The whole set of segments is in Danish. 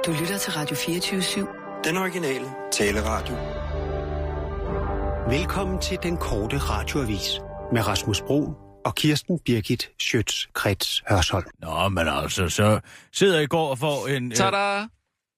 Du lytter til Radio 24/7. Den originale taleradio. Velkommen til den korte radioavis med Rasmus Bro og Kirsten Birgit Schøtz-Krets Hørsholm. Nå, men altså, så sidder jeg i går og får en... Tada!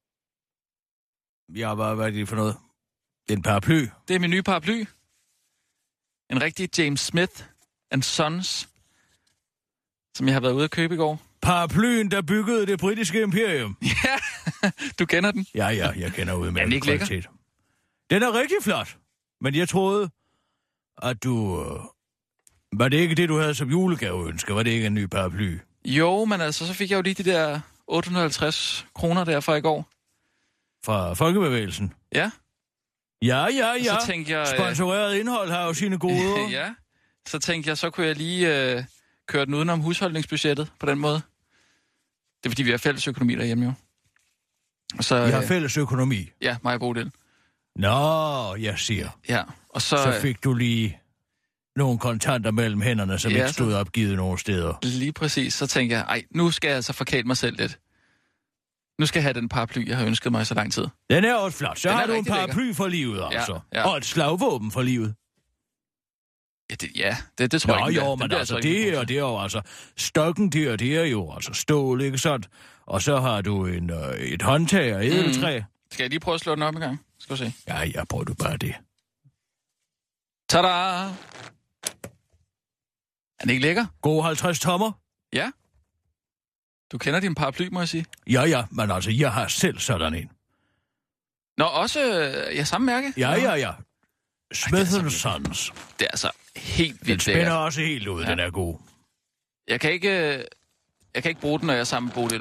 Hvad er det for noget? En paraply. Det er min nye paraply. En rigtig James Smith & Sons, som jeg har været ude at købe i går. Paraplyen, der byggede det britiske imperium. Ja, du kender den. Ja, jeg kender ud med den kvalitet. Lækker? Den er rigtig flot. Men jeg troede, at du... Var det ikke det, du havde som julegaveønske? Var det ikke en ny paraply? Jo, men altså, så fik jeg jo lige de der 850 kroner derfra i går. Fra Folkebevægelsen? Ja. Ja. Så tænkte jeg... Sponsoreret indhold har jo sine goder. Ja. Så tænkte jeg, så kunne jeg lige køre den udenom husholdningsbudgettet på den måde. Det er fordi, vi har fælles økonomi derhjemme jo. Og så, I har fælles økonomi? Ja, mig og Bodil. Nå, jeg siger. Ja, og så fik du lige nogle kontanter mellem hænderne, som ikke stod opgivet nogen steder. Lige præcis. Så tænkte jeg, nu skal jeg altså forkæle mig selv lidt. Nu skal jeg have den paraply, jeg har ønsket mig i så lang tid. Den er også flot. Så har du en paraply for livet, altså. Ja. Og et slagvåben for livet. Det tror jeg ikke. Jo, men altså, det er jo altså... Stokken der, det er jo altså stål, ikke sandt? Og så har du et håndtag af ædeltræ. Skal jeg lige prøve at slå den op en gang? Skal vi se. Ja, jeg prøver du bare det. Tada! Er den ikke lækker? God 50 tommer. Ja. Du kender din paraply, må jeg sige. Ja, men altså, jeg har selv sådan en. Nå, også samme mærke? Ja. Smith & Sons. Det er altså helt vildt. Den spænder også helt ud, den er god. Jeg kan ikke bruge den, når jeg er sammen med Bodil.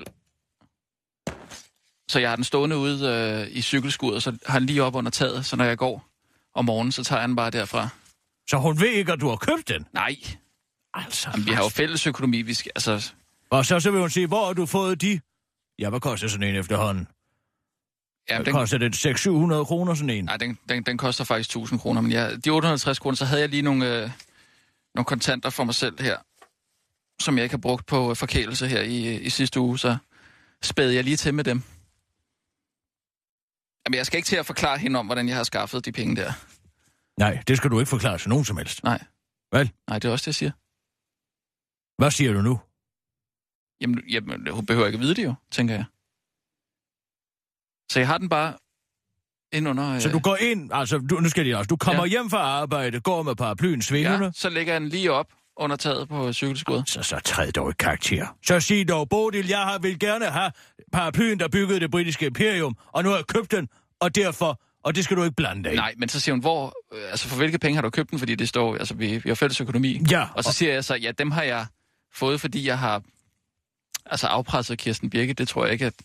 Så jeg har den stående ude i cykelskuret, så har den lige op under taget, så når jeg går om morgenen, så tager jeg den bare derfra. Så hun ved ikke, at du har købt den? Nej. Altså, jamen, vi har jo fælles økonomi, vi skal, altså... Og så vil hun sige, hvor har du fået de? Ja, hvad koster sådan en efterhånden? Ja, koster det 600-700 kroner sådan en? Nej, den koster faktisk 1000 kroner, men de 850 kroner, så havde jeg lige nogle kontanter for mig selv her, som jeg ikke har brugt på forkælelse her i sidste uge, så spædede jeg lige til med dem. Jamen, jeg skal ikke til at forklare hende om, hvordan jeg har skaffet de penge der. Nej, det skal du ikke forklare til nogen som helst. Nej. Vel? Nej, det er også det, jeg siger. Hvad siger du nu? Jamen, hun behøver ikke at vide det jo, tænker jeg. Så jeg har den bare ind under... Så du går ind, altså, nu skal jeg også, du kommer hjem fra arbejde, går med paraplyen svingende. Ja, så lægger jeg den lige op under taget på cykelskuddet. Så træd dog et karakter. Så sig dog, Bodil, jeg vil gerne have paraplyen, der byggede det britiske imperium, og nu har jeg købt den, og derfor... Og det skal du ikke blande dig i. Nej, men så siger hun, for hvilke penge har du købt den? Fordi det står, altså vi har fælles økonomi. Ja. Og så siger jeg så, dem har jeg fået, fordi jeg har afpresset Kirsten Birgit. Det tror jeg ikke, at...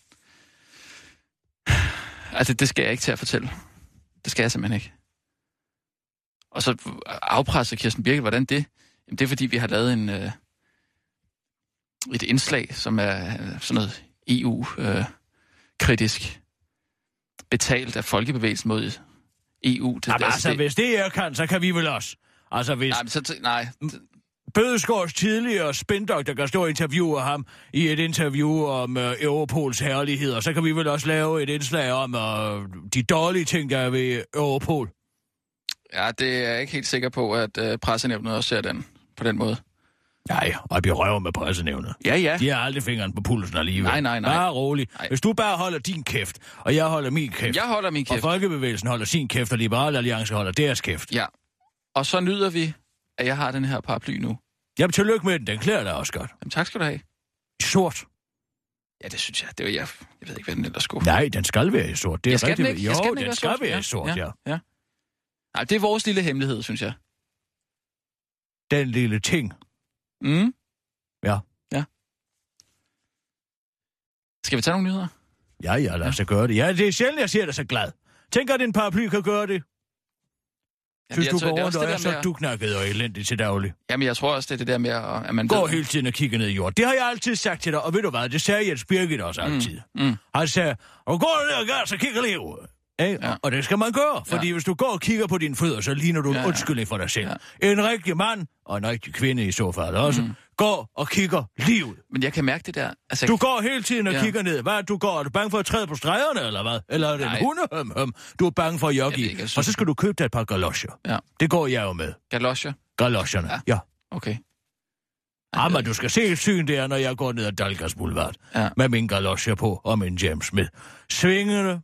Altså, det skal jeg ikke til at fortælle. Det skal jeg simpelthen ikke. Og så afpresset Kirsten Birgit, hvordan det? Jamen, det er, fordi vi har lavet et indslag, som er sådan noget EU-kritisk. Betalt af Folkebevægelsen mod EU. Hvis det jeg kan, så kan vi vel også. Altså hvis... Nej. Bødeskårs tidligere spindoktor kan stå og interviewe ham i et interview om Europols herligheder, så kan vi vel også lave et indslag om de dårlige ting, der er ved Europol. Ja, det er jeg ikke helt sikker på, at pressenævnet også ser den på den måde. Nej, og vi røver med pressenævnet. Ja. De har aldrig fingeren på pulsen alligevel. Nej. Bare rolig. Nej. Hvis du bare holder din kæft, og jeg holder min kæft. Jeg holder min kæft. Og Folkebevægelsen holder sin kæft, og Liberale Alliance holder deres kæft. Ja. Og så nyder vi, at jeg har den her paraply nu. Jamen, tillykke med den. Den klæder dig også godt. Jamen, tak skal du have. Sort. Ja, det synes jeg. Det er jeg ved ikke, hvad den ellers skulle. Nej, den skal være i sort. Det er rigtigt. Den skal være i sort, ja. Nej, det er vores lille hemmelighed, synes jeg. Den lille ting. Mm. Ja. Skal vi tage nogle nyheder? Ja, lad os gøre det. Ja, det er sjældent, jeg ser dig så glad. Tænk, at din paraply kan gøre det. Synes du går rundt og er så duknakket og elendig til daglig? Jamen, jeg tror også, det er det der med, at man... Går hele tiden og kigger ned i jorden. Det har jeg altid sagt til dig, og ved du hvad, det sagde Jens Birgit også altid. Han sagde, og går ned og gør, så kigger lige ud. Ja. Og det skal man gøre, fordi hvis du går og kigger på dine fødder, så ligner du en undskyldning for dig selv. Ja. En rigtig mand, og en rigtig kvinde i så fald også, går og kigger lige ud. Men jeg kan mærke det der. Altså, du går hele tiden og kigger ned. Hvad du går? Er du bange for at træde på stregerne, eller hvad? Eller er det en hundehøm? Du er bange for at jogge i. Og så skal du købe dig et par galosjer. Ja. Det går jeg jo med. Galosjer? Galosherne, ja. Okay. Men du skal se et syn der, når jeg går ned ad Dalgas Boulevard. Ja. Med min galosjer på og min James Smith. Svingende.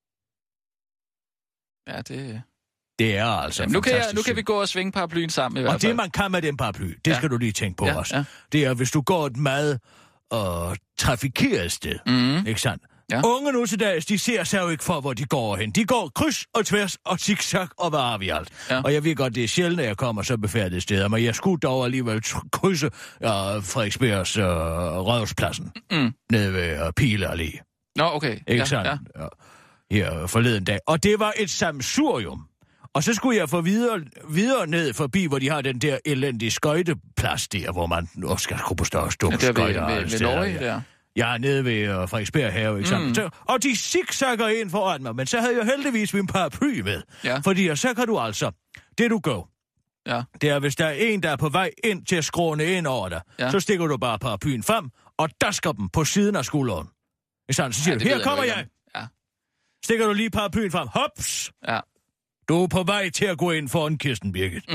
Ja, det er altså nu kan vi gå og svinge paraplyen sammen i hvert fald. Og det, man kan med den paraply, det skal du lige tænke på også. Ja. Det er, hvis du går et meget trafikeret sted, ikke sandt? Ja. Unge nu til dags, de ser sig jo ikke for, hvor de går hen. De går kryds og tværs og zigzag og hvad har vi alt. Ja. Og jeg ved godt, det er sjældent, at jeg kommer så befærdede steder, men jeg skulle dog alligevel krydse Frederiksbergs Rådhuspladsen nede ved Pile Allé. Nå, okay. Ikke sandt? Ja. Her forleden dag. Og det var et sammensurium. Og så skulle jeg få videre ned forbi, hvor de har den der elendige skøjteplads der, hvor man også skal kunne på større skøjter. Ved Norge der. Jeg er nede ved Frederiksberg have, ikke sandt? Og de zigzagger ind foran mig, men så havde jeg heldigvis min paraply med. Ja. Fordi så kan du altså, det du gør, det er, hvis der er en, der er på vej ind til at skråne ind over dig, så stikker du bare paraplyen frem, og dasker dem på siden af skulderen. Ikke sandt? Så siger du, her kommer jeg! Stikker du lige paraplyen frem. Hops! Ja. Du er på vej til at gå ind foran Kirsten Birgit.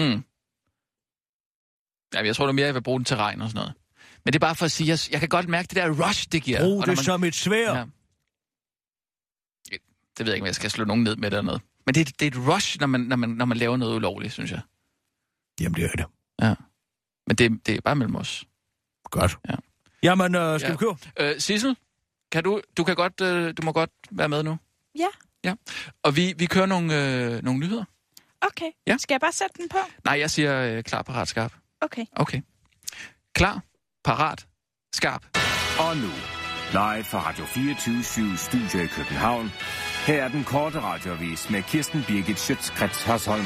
Ja, jeg tror da mere, jeg vil bruge den til regn og sådan noget. Men det er bare for at sige, jeg kan godt mærke det der rush, det giver. Brug det som et sværd. Ja. Det ved jeg ikke, om jeg skal slå nogen ned med det eller noget. Men det er et rush, når man laver noget ulovligt, synes jeg. Jamen, det er det. Ja. Men det er bare mellem os. Godt. Ja. Jamen, skal vi køre? Sissel, du må godt være med nu. Ja. Og vi kører nogle nyheder. Okay. Ja. Skal jeg bare sætte den på? Nej, jeg siger klar, parat, skarp. Okay. Klar, parat, skarp. Og nu, live fra Radio 24/7 Studio i København. Her er den korte radioavis med Kirsten Birgit Schøtz-Krets Hørsholm.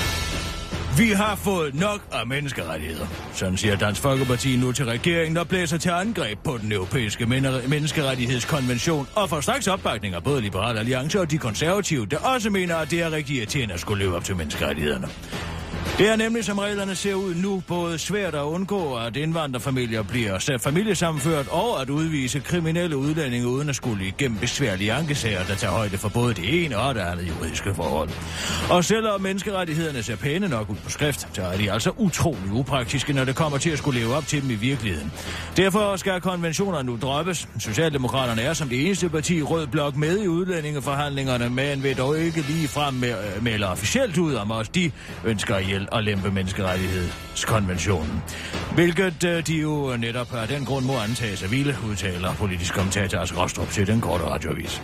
Vi har fået nok af menneskerettigheder. Sådan siger Dansk Folkeparti nu til regeringen, og blæser til angreb på den europæiske menneskerettighedskonvention, og får straks opbakning af både Liberal Alliance og de konservative, der også mener, at det er rigtig irriterende at skulle leve op til menneskerettighederne. Det er nemlig, som reglerne ser ud nu, både svært at undgå, at indvandrerfamilier bliver familiesammenført, og at udvise kriminelle udlændinge uden at skulle igennem besværlige ankesager, der tager højde for både det ene og det andet juridiske forhold. Og selvom menneskerettighederne ser pæne nok ud på skrift, så er de altså utrolig upraktiske, når det kommer til at skulle leve op til dem i virkeligheden. Derfor skal konventionerne nu droppes. Socialdemokraterne er som det eneste parti rød blok med i udlændingeforhandlingerne, men vil dog ikke lige frem melder officielt ud om os. De ønsker ihjel og lempe menneskerettighedskonventionen. Hvilket de jo netop af den grund må antages af ville, udtaler politisk kommentator Asger Rostrup til den korte radioavis.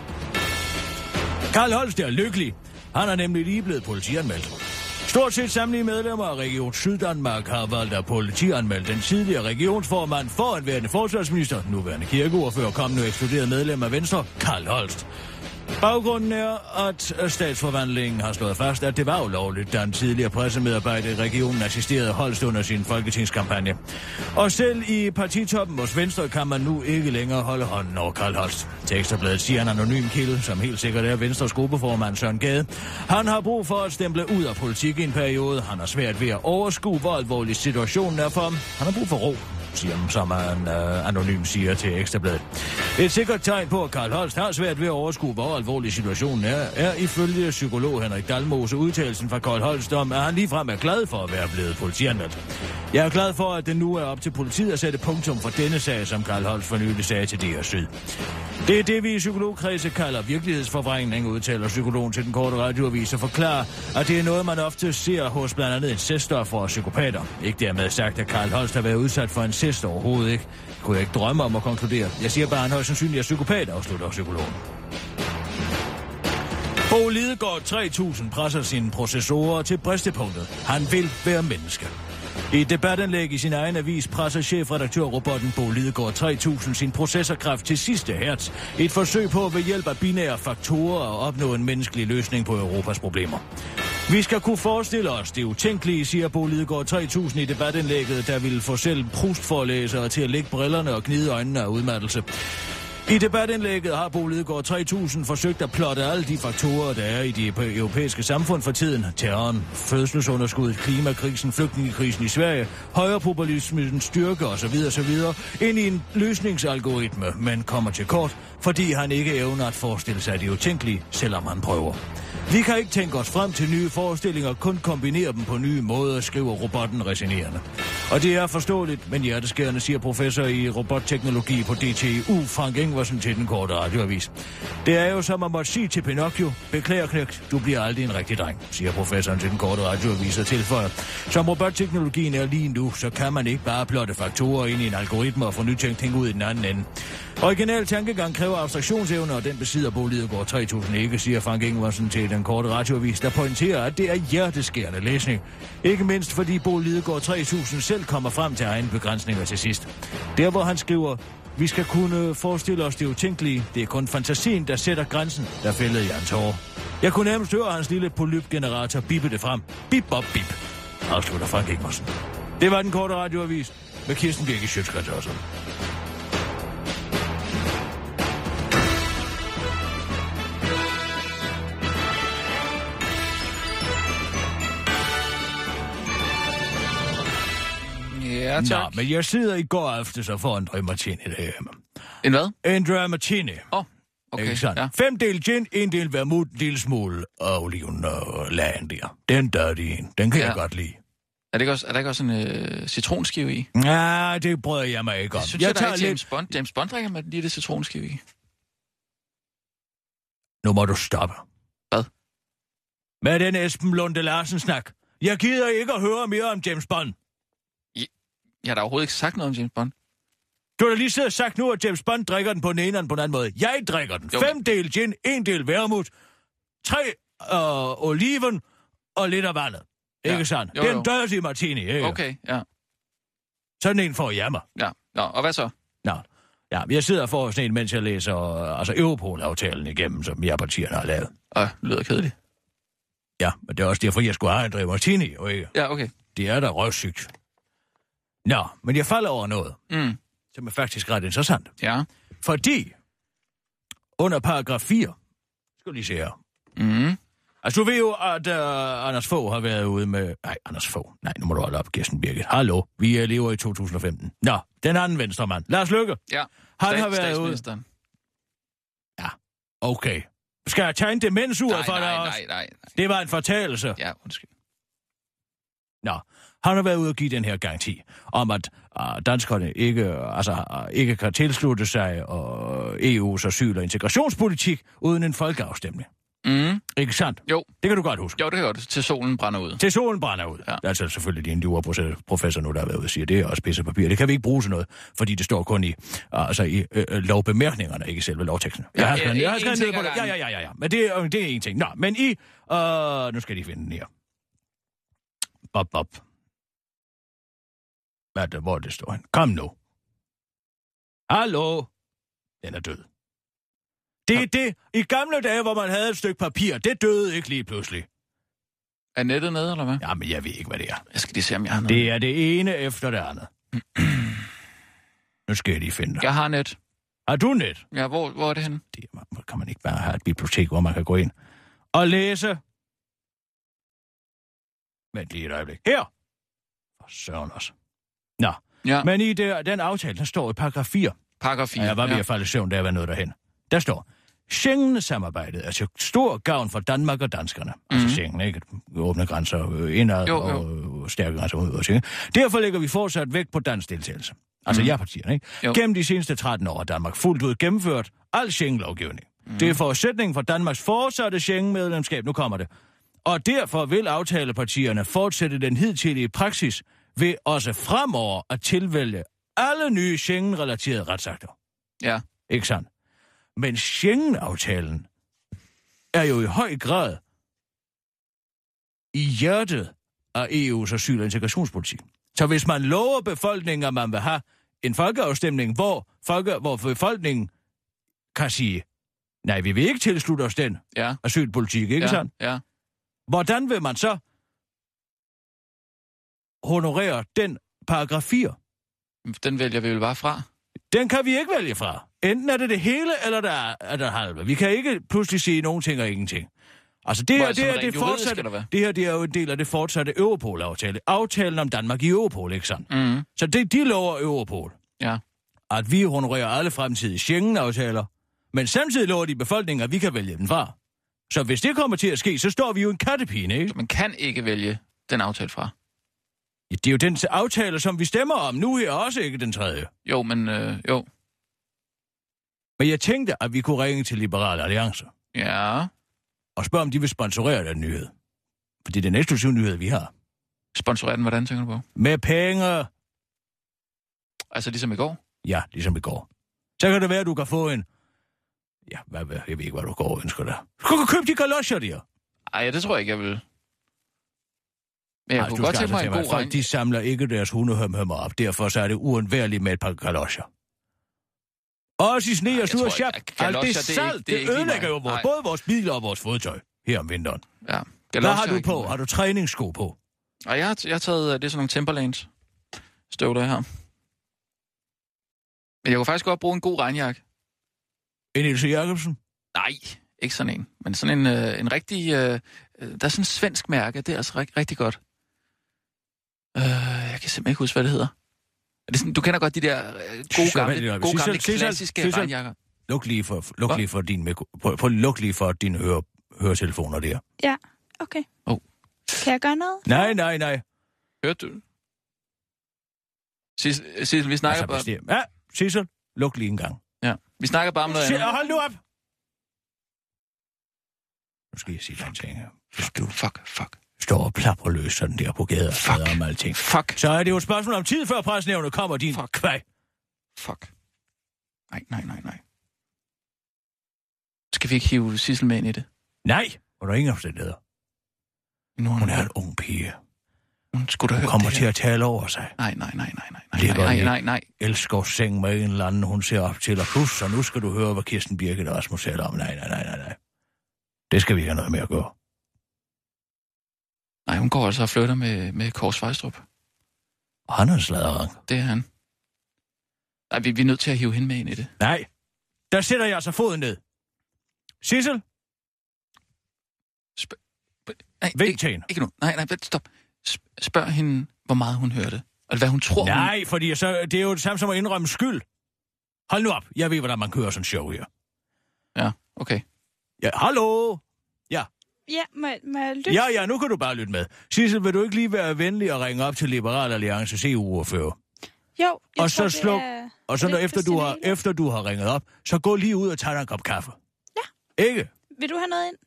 Karl Holst er lykkelig. Han er nemlig lige blevet politianmeldt. Stort set samtlige medlemmer af Region Syddanmark har valgt at politianmelde den tidligere regionsformand, forhenværende forsvarsminister, nuværende kirkeordfører, kommende eksploderet medlem af Venstre, Karl Holst. Baggrunden er, at statsforvandlingen har slået fast, at det var ulovligt, da en tidligere pressemedarbejder i regionen assisterede Holst under sin folketingskampagne. Og selv i partitoppen hos Venstre kan man nu ikke længere holde hånden over Karl Holst. Til Ekstrabladet siger en anonym kilde, som helt sikkert er Venstres gruppeformand Søren Gade. Han har brug for at stemple ud af politik i en periode. Han har svært ved at overskue, hvor alvorlig situationen er for ham. Han har brug for ro, siger han, som en anonym siger til Ekstrabladet. Et sikkert tegn på, at Karl Holst har svært ved at overskue, hvor alvorlig situationen er ifølge psykolog Henrik Dalmose udtalelsen fra Karl Holst om, at han ligefrem er glad for at være blevet politianmeldt. Jeg er glad for, at det nu er op til politiet at sætte punktum for denne sag, som Karl Holst for nylig sagde til DR Syd. Det er det, vi i psykologkredse kalder virkelighedsforvrængning, udtaler psykologen til den korte radioavis og forklarer, at det er noget, man ofte ser hos blandt andet incestoffer og psykopater. Ikke dermed sagt, at Karl Holst har været udsat for incest overhovedet ikke. Kunne jeg ikke drømme om at konkludere. Jeg siger bare, at han højst sandsynligt er psykopat, afslutter psykologen. Bo Lidegaard 3000 presser sine processorer til bristepunktet. Han vil være menneske. I et debatindlæg i sin egen avis presser chefredaktør-robotten Bo Lidegaard 3000 sin processorkraft til sidste hertz. Et forsøg på ved hjælp af binære faktorer at opnå en menneskelig løsning på Europas problemer. Vi skal kunne forestille os det utænkelige, siger Bo Lidegaard 3000 i debatindlægget, der ville få selv Proust-forelæsere til at lægge brillerne og gnide øjnene af udmattelse. I debatindlægget har Bo Lidegaard 3000 forsøgt at plotte alle de faktorer, der er i de europæiske samfund for tiden. Terroren, fødselsunderskuddet, klimakrisen, flygtningekrisen i Sverige, højrepopulismens styrke osv. ind i en løsningsalgoritme, men kommer til kort, fordi han ikke evner at forestille sig det utænkelige, selvom han prøver. Vi kan ikke tænke os frem til nye forestillinger, kun kombinere dem på nye måder, skriver robotten resignerende. Og det er forståeligt, men hjerteskærende, siger professor i robotteknologi på DTU, Frank Ingvarsen, til den korte radioavis. Det er jo som at måtte sige til Pinocchio, beklager knægt, du bliver aldrig en rigtig dreng, siger professoren til den korte radioavis og tilføjer. Som robotteknologien er lige nu, så kan man ikke bare plotte faktorer ind i en algoritme og få nytænkning ud i den anden ende. Original tankegang kræver abstraktionsevne, og den besidder Bo Lidegaard 3000 ikke, siger Frank Ingvarsen til den korte radioavis, der pointerer, at det er hjerteskærende læsning. Ikke mindst fordi Bo Lidegaard 3000 selv kommer frem til egne begrænsninger til sidst. Der hvor han skriver, vi skal kunne forestille os det utænkelige, det er kun fantasien, der sætter grænsen, der fældede jeg en tårer. Jeg kunne nærmest høre hans lille polypgenerator bippe det frem. Bip, bop, bip. Afslutter Frank Ingvarsen. Det var den korte radioavis med Kirsten Birgit Schøtz-Krets Hørsholm. Ja, tak. Nå, men jeg sidder i går aftes og får en Dry Martini derhjemme. En hvad? En Dry Martini. Okay, Ikke sandt? ja. 5 del gin, 1 del vermouth, en lille smule oliven og lagen der. Den dirty en. Den kan jeg godt lide. Er der ikke også en citronskive i? Nej, det bryder jeg mig ikke om. Jeg synes, jeg tager James Bond. James Bond drikker med lige det citronskive i. Nu må du stoppe. Hvad? Med den Esben Lunde Larsen-snak. Jeg gider ikke at høre mere om James Bond. Jeg har da overhovedet ikke sagt noget om James Bond. Du har da lige siddet og sagt nu, at James Bond drikker den på den ene eller på den anden måde. Jeg drikker den. 5 del gin, 1 del vermouth, 3 oliven og lidt af vandet. Ja. Ikke sandt? Det er en dirty martini, ikke? Okay, ja. Sådan en får jeg mig. Ja, nå, og hvad så? Nå, ja, jeg sidder for sådan en, mens jeg læser Europol-aftalen igennem, som jeg partierne har lavet. Lyder kedeligt. Ja, men det er også derfor, jeg skulle have en Dry Martini, jo ikke? Ja, okay. Det er da røvsygt. Nå, men jeg falder over noget, som er faktisk ret interessant. Ja. Fordi, under paragraf 4, skal lige se her. Altså, du ved jo, at Anders Fogh har været ude med... Nej, Anders Fogh. Nej, nu må du holde op, Kirsten Birgit. Hallo, vi lever i 2015. Nå, den anden venstremand. Lars Løkke. Ja, han har været ude... Ja, okay. Skal jeg tage en demensur for dig også? Nej. Det var en fortalelse. Ja, undskyld. Nå, han har været ude og give den her garanti om, at danskerne ikke kan tilslutte sig EU's asyl- og integrationspolitik uden en folkeafstemning. Ikke sandt? Jo. Det kan du godt huske. Jo, det kan jeg godt. Til solen brænder ud. Til solen brænder ud. Ja. Altså selvfølgelig din juraprofessor nu, der har været ude og siger, det er også pissepapir. Det kan vi ikke bruge til noget, fordi det står kun i lovbemærkningerne, ikke i selve lovteksten. Jeg har skrevet ned på det. Ja. Men det er en ting. Nå, men nu skal de finde den her. Bob. Hvor det står hen? Kom nu. Hallo? Den er død. Det er det. I gamle dage, hvor man havde et stykke papir, det døde ikke lige pludselig. Er nettet nede, eller hvad? Jamen, jeg ved ikke, hvad det er. Jeg skal lige se, om jeg har noget. Det er det ene efter det andet. Nu skal jeg lige finde det. Jeg har net. Har du net? Ja, hvor er det henne? Det kan man ikke bare have et bibliotek, hvor man kan gå ind og læse. Vent lige et øjeblik. Her! For søren også. Nå. Ja. Men i den aftale, der står i paragraf 4. Paragraf 4, jeg var ved at falde i søvn, da jeg var nået derhen. Der står, Schengen-samarbejdet er til stor gavn for Danmark og danskerne. Altså Schengen, ikke? Åbne grænser indad og stærke grænser ud. Derfor lægger vi fortsat vægt på dansk deltagelse. Altså ja-partierne, ikke? Jo. Gennem de seneste 13 år har Danmark fuldt ud gennemført al Schengen-lovgivning. Det er forudsætningen for Danmarks fortsatte Schengen-medlemskab. Nu kommer det. Og derfor vil aftalepartierne fortsætte den hidtidige praksis ved også fremover at tilvælge alle nye Schengen-relaterede retsakter. Ja. Ikke sandt? Men Schengen-aftalen er jo i høj grad i hjertet af EU's asyl- og integrationspolitik. Så hvis man lover befolkningen, at man vil have en folkeafstemning, hvor befolkningen kan sige, nej, vi vil ikke tilslutte os den asylpolitik, ikke sandt? Ja. Hvordan vil man så honorere den paragraf 4? Den vælger vi vel bare fra? Den kan vi ikke vælge fra. Enten er det hele, eller der er der halve. Vi kan ikke pludselig sige nogen ting og ingenting. Altså det her, det er jo en del af det fortsatte Europol-aftale. Aftalen om Danmark i Europol, ikke sandt? Mm. Så de lover Europol. Ja. At vi honorerer alle fremtidige Schengen-aftaler. Men samtidig lover de befolkningen, at vi kan vælge den fra. Så hvis det kommer til at ske, så står vi jo en kattepine, ikke? Så man kan ikke vælge den aftale fra. Ja, det er jo den aftale, som vi stemmer om. Nu er også ikke den tredje. Jo, men jo. Men jeg tænkte, at vi kunne ringe til Liberal Alliance. Ja. Og spørge, om de vil sponsorere den nyhed. For det er den eksklusive nyhed, vi har. Sponsorere den, hvordan tænker du på? Med penge. Altså ligesom i går? Ja, ligesom i går. Så kan det være, at du kan få en... Ja, jeg ved ikke, hvad du går og ønsker dig. Du kan købe de galosjer der. Ej, det tror jeg ikke, jeg vil. Men jeg kunne godt tænke mig en god folk, de samler ikke deres hundehømhømmer op. Derfor så er det uundværligt med et par galosjer. Også i sne og slud og sjap. Alt det salt, det ødelægger jo både vores biler og vores fodtøj her om vinteren. Ja. Hvad har du på? Har du træningssko på? Og jeg har taget, det er sådan nogle Timberlands støvler her. Men jeg kunne faktisk godt bruge en god regnjakke. En Ilse Jacobsen? Nej, ikke sådan en. Men sådan en rigtig... der er sådan en svensk mærke, det er altså rigtig godt. Jeg kan simpelthen ikke huske, hvad det hedder. Er det sådan, du kender godt de der gode gamle klassiske regnjakker. Luk lige for dine høretelefoner der. Ja, okay. Kan jeg gøre noget? Nej. Hørte du? Sissel, vi snakker bare... Ja, Sissel, luk lige en gang. Ja, vi snakker bare om noget andet. Hold nu op! Nu skal jeg sige dig en ting her. Fuck. Står og plapper løs sådan der på gader. Fuck. Om alting. Fuck. Så er det jo et spørgsmål om tid, før presnævnet kommer din kvæg. Fuck. Nej. Skal vi ikke hive Sissel med ind i det? Nej, under ingen omstændigheder. Hun er en ung pige. Hun kommer til at tale over sig. Nej. Elsker seng med en eller anden, hun ser op til. Og plus, så nu skal du høre, hvad Kirsten Birgit og Rasmus taler om. Nej. Det skal vi have noget med at gøre. Nej, hun går altså og flytter med Kors Vejstrup. Og han er en sladderang. Det er han. Nej, vi er nødt til at hive hende med ind i det. Nej, der sætter jeg altså foden ned. Sissel? Vink til hende. Ikke nu. Nej, stop. Spørg hende, hvor meget hun hørte. Og hvad hun tror, Nej, fordi så, det er jo det samme som at indrømme skyld. Hold nu op. Jeg ved, hvordan man kører sådan en show her. Ja, okay. Ja, hallo? Ja. Ja, må jeg lytte? Ja, nu kan du bare lytte med. Sissel, vil du ikke lige være venlig og ringe op til Liberal Alliances EU-ordfører? Jo, og så sluk. Og så efter du har ringet op, så gå lige ud og tage dig en kop kaffe. Ja. Ikke? Vil du have noget ind?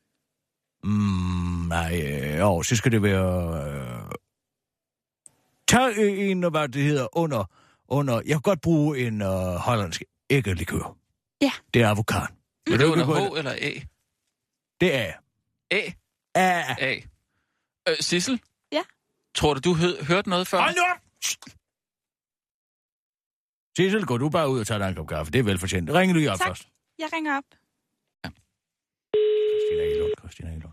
Nej, så skal det være... Tag en, hvad det hedder, under... Jeg kan godt bruge en hollandsk æggelikør. Ja. Det er avokat. Er det under H eller A? Det er A. A. Sissel? Ja? Tror du hørte noget før? Hold nu op! Sissel, gå du bare ud og tager dig en kop kaffe. Det er velfortjent. Ring du op først. Jeg ringer op. Ja. Christina Egelund.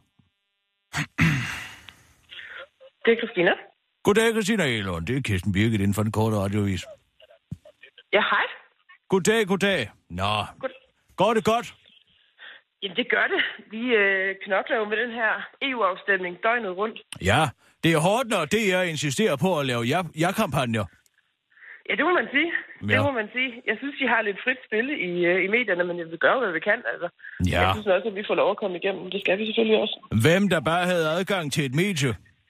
Det er Christina. Goddag, Christina Egelund. Det er Kirsten Birgit inden for den korte radiovis. Ja, hej. Goddag. Nå, går det godt? Jamen, det gør det. Vi knokler jo med den her EU-afstemning døgnet rundt. Ja, det er hårdt, når DR insisterer på at lave ja-kampagner. Ja, det må man sige. Ja. Det må man sige. Jeg synes, de har lidt frit spil i medierne, men vi gør, hvad vi kan. Altså. Ja. Jeg synes også, at vi får lov at komme igennem. Det skal vi selvfølgelig også. Hvem der bare havde adgang til et medie?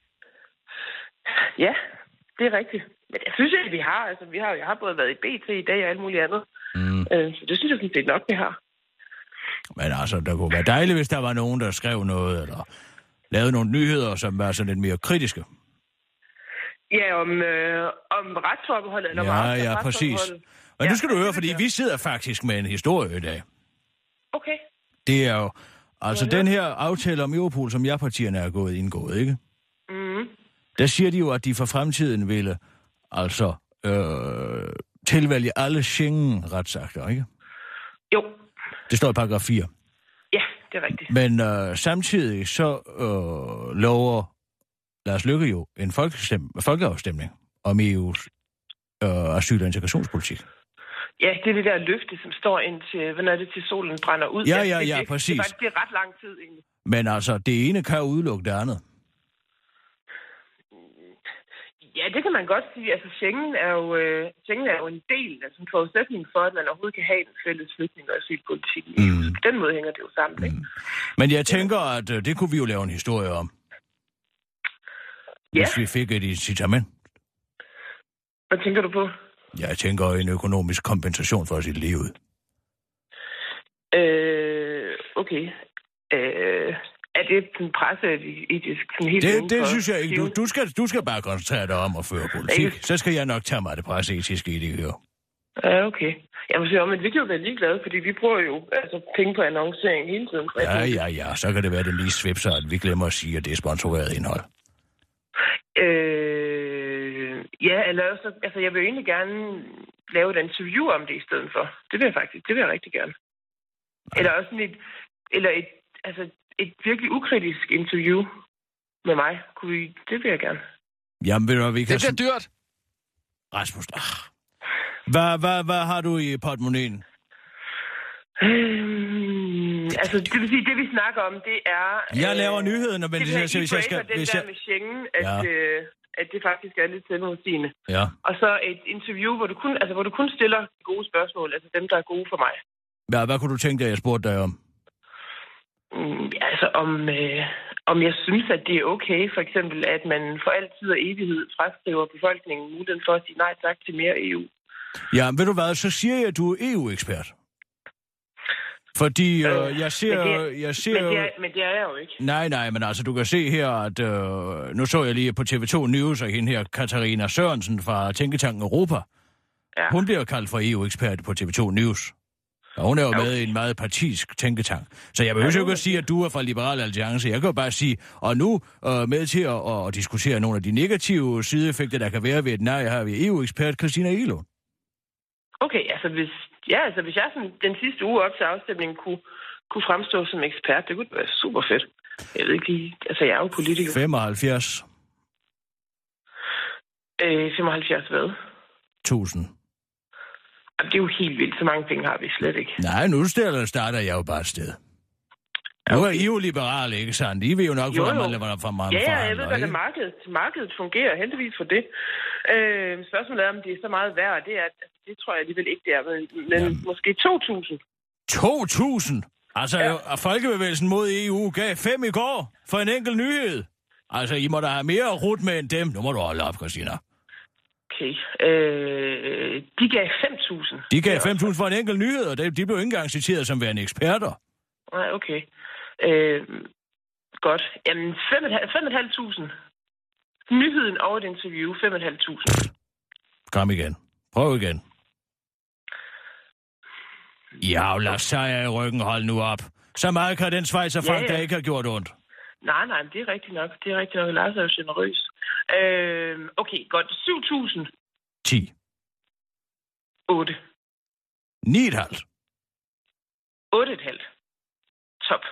Ja, det er rigtigt. Men jeg synes ikke, vi har. Altså, jeg har både været i BT i dag og alt muligt andet. Så det synes jeg sådan set nok, vi har. Men altså, der kunne være dejligt, hvis der var nogen, der skrev noget, eller lavede nogle nyheder, som var sådan lidt mere kritiske. Ja, om retsforbeholdet. Eller ja, præcis. Men nu skal du høre, fordi vi sidder faktisk med en historie i dag. Okay. Det er jo, altså den her aftale om Europol, som ja-partierne er indgået, ikke? Mhm. Der siger de jo, at de for fremtiden ville, altså, tilvælge alle Schengen-retsakter, ikke? Jo. Det står i paragraf 4. Ja, det er rigtigt. Men samtidig så lover Lars Løkke jo en folkeafstemning om EU's asyl- og integrationspolitik. Ja, det er det der løfte, som står indtil, hvad er det, til solen brænder ud. Ja, præcis. Det er ret lang tid, egentlig. Men altså, det ene kan udelukke det andet. Ja, det kan man godt sige. Altså, Schengen er jo en del, altså en forudsætning for, at man overhovedet kan have en fælles flygtning- og asylpolitik. På den måde hænger det jo sammen, ikke? Men jeg tænker, at det kunne vi jo lave en historie om. Hvis vi fik et incitament. Hvad tænker du på? Jeg tænker en økonomisk kompensation for sit liv. Okay. Er det en presseetisk sådan helt det synes jeg ikke. Du skal bare koncentrere dig om at føre politik. Så skal jeg nok tage mig det presseetiske i det her. Ja, okay. Jeg må sige, men vi kan jo være ligeglade, fordi vi bruger jo penge på annoncering hele tiden. Ja. Så kan det være det lige svipser, at vi glemmer at sige, at det er sponsoreret indhold. Ja, eller også, altså jeg vil jo egentlig gerne lave et interview om det i stedet for. Det vil jeg rigtig gerne. Ja. Eller også et virkelig ukritisk interview med mig. Det vil jeg gerne. Jamen, ved du, vi kan... Det bliver dyrt. Rasmus, hvad har du i portemonnaien? Altså, det vil sige, det vi snakker om, det er... Jeg laver nyhederne, men hvis jeg skal... med Schengen, at det faktisk er lidt selvmodsigende. Ja. Og så et interview, hvor du kun stiller gode spørgsmål, altså dem, der er gode for mig. Ja, hvad kunne du tænke dig, jeg spurgte dig om? Altså, om jeg synes, at det er okay, for eksempel, at man for altid og evighed fraskriver befolkningen muligheden for at sige nej tak til mere EU. Ja, ved du hvad, så siger jeg, at du er EU-ekspert. Fordi jeg ser... Men det er jeg jo ikke. Nej, men altså, du kan se her, at... nu så jeg lige på TV2 News, og hende her, Katarina Sørensen fra Tænketanken Europa. Ja. Hun bliver kaldt for EU-ekspert på TV2 News. Og hun er jo med i en meget partisk tænketank. Så jeg behøver jo ikke at sige, at du er fra Liberal Alliance. Jeg kan jo bare sige, og nu med til at diskutere nogle af de negative sideeffekter, der kan være ved et nej, har vi EU-ekspert Christina Egelund. Okay, altså hvis jeg sådan, den sidste uge op til afstemningen kunne fremstå som ekspert, det kunne være super fedt. Jeg ved ikke lige, altså jeg er jo politiker. 75. 75 hvad? 1000. Det er jo helt vildt. Så mange penge har vi slet ikke. Nej, nu starter jeg jo bare et sted. Nu er I jo liberale, ikke sandt? I vil jo nok få man fra mange forhandler. Ja, jeg ved, hvordan markedet fungerer. Heldigvis for det. Spørgsmålet er, om det er så meget værd. Det tror jeg alligevel ikke, det er. Men måske 2.000. 2.000? Altså, Folkebevægelsen mod EU gav 5 i går for en enkelt nyhed. Altså, I må da have mere rut med end dem. Nu må du holde op, Christina. Okay. De gav 5.000. De gav 5.000 for en enkelt nyhed, og de blev ikke engang citeret som værende eksperter. Nej, okay. Godt. Jamen, 5.500. Nyheden over et interview, 5.500. Kom igen. Prøv igen. Ja, lad os tage i ryggen, hold nu op. Så meget kan den Schweizerfranc, der ikke har gjort ondt. Nej, det er rigtigt nok. Lars er jo generøs. Okay, godt. 7.000. 10. 8. 9,5. 8,5. Top.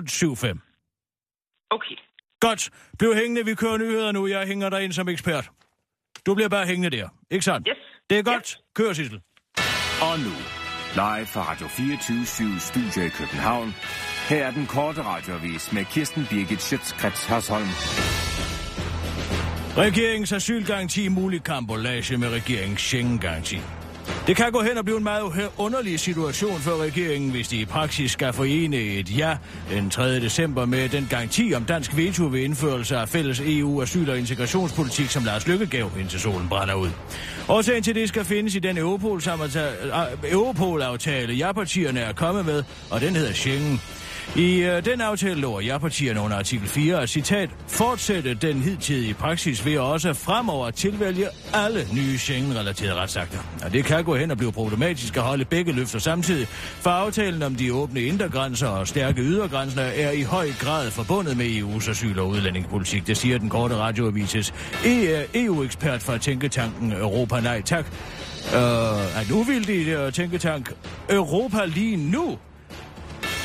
8,75. Okay. Godt. Bliv hængende, vi kører nyheder nu. Jeg hænger dig ind som ekspert. Du bliver bare hængende der. Ikke sandt? Yes. Det er godt. Yes. Kør, Sissel. Og nu, live fra Radio 24/7 Studio i København. Her er den korte radioavis med Kirsten Birgit Schøtz-Krets Hørsholm. Regeringens asylgaranti mulig kampolage med regeringens Schengen-garanti. Det kan gå hen og blive en meget underlig situation for regeringen, hvis de i praksis skal forene et ja den 3. december med den garanti om dansk veto ved indførelse af fælles EU-asyl- og integrationspolitik, som Lars Løkke gav, indtil solen brænder ud. Årsagen til det skal findes i den Europol-aftale, ja-partierne er kommet med, og den hedder Schengen. I den aftale lover ja-partierne under artikel 4 at, citat, fortsætte den hidtidige praksis ved også fremover at tilvælge alle nye Schengen-relaterede retsakter. Og det kan gå hen og blive problematisk at holde begge løfter samtidig, for aftalen om de åbne indre grænser og stærke ydergrænser er i høj grad forbundet med EU's asyl- og udlændingepolitik. Det siger den korte radioavises EU-ekspert fra tænketanken Europa Nej Tak. En uvildig tænketank Europa lige nu.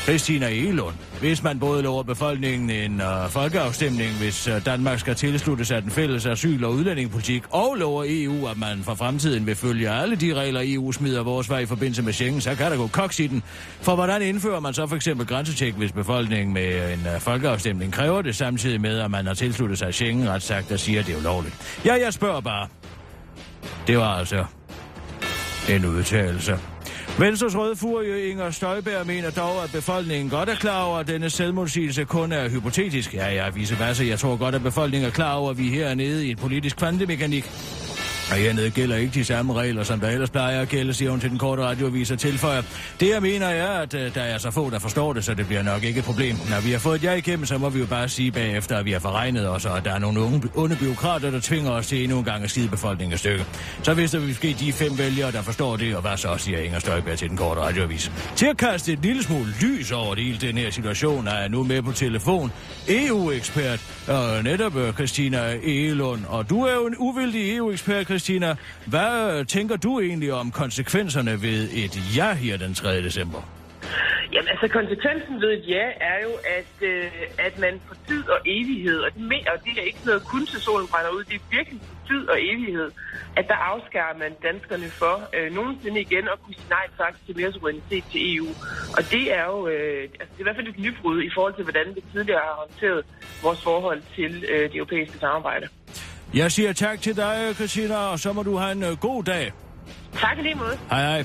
Christina Egelund. Hvis man både lover befolkningen en folkeafstemning, hvis Danmark skal tilslutte sig den fælles asyl- og udlændingepolitik, og lover EU, at man for fremtiden vil følge alle de regler, EU smider vores vej i forbindelse med Schengen, så kan der gå koks i den. For hvordan indfører man så for eksempel grænsetjek, hvis befolkningen med en folkeafstemning kræver det, samtidig med, at man har tilsluttet sig Schengen, ret sagt, der siger, at det er ulovligt? Ja, jeg spørger bare. Det var altså en udtalelse. Venstres røde furie Inger Støjberg mener dog, at befolkningen godt er klar over, at denne selvmodsigelse kun er hypotetisk. Ja, vice versa. Jeg tror godt, at befolkningen er klar over, at vi her er nede i en politisk kvantemekanik. Og hernede gælder ikke de samme regler, som der ellers plejer at gælde, siger hun til den korte radioavis og tilføjer. Det jeg mener er, at der er så få, der forstår det, så det bliver nok ikke et problem. Når vi har fået et ja igennem, så må vi jo bare sige bagefter, at vi har forregnet os, og at der er nogle onde byråkrater, der tvinger os til endnu en gang at skide befolkningen et stykke. Så hvis der vi måske de 5 vælgere, der forstår det, og hvad så, siger Inger Støjberg til den korte radioavis. Til at kaste et lille smule lys over det hele den her situation, er jeg nu med på telefon. EU-ekspert, netop Christina Egelund, og du er jo en uvildig EU-ekspert, Christina. Hvad tænker du egentlig om konsekvenserne ved et ja her den 3. december? Jamen altså, konsekvensen ved et ja er jo, at man for tid og evighed, og det er ikke noget kun til solen brænder ud, det er virkelig for tid og evighed, at der afskærer man danskerne for nogensinde igen at kunne sige nej tak til mere suverænitet til EU. Og det er jo det er i hvert fald et nybrud i forhold til, hvordan vi tidligere har håndteret vores forhold til det europæiske samarbejde. Jeg siger tak til dig, Christina, og så må du have en god dag. Tak i lige måde. Hej.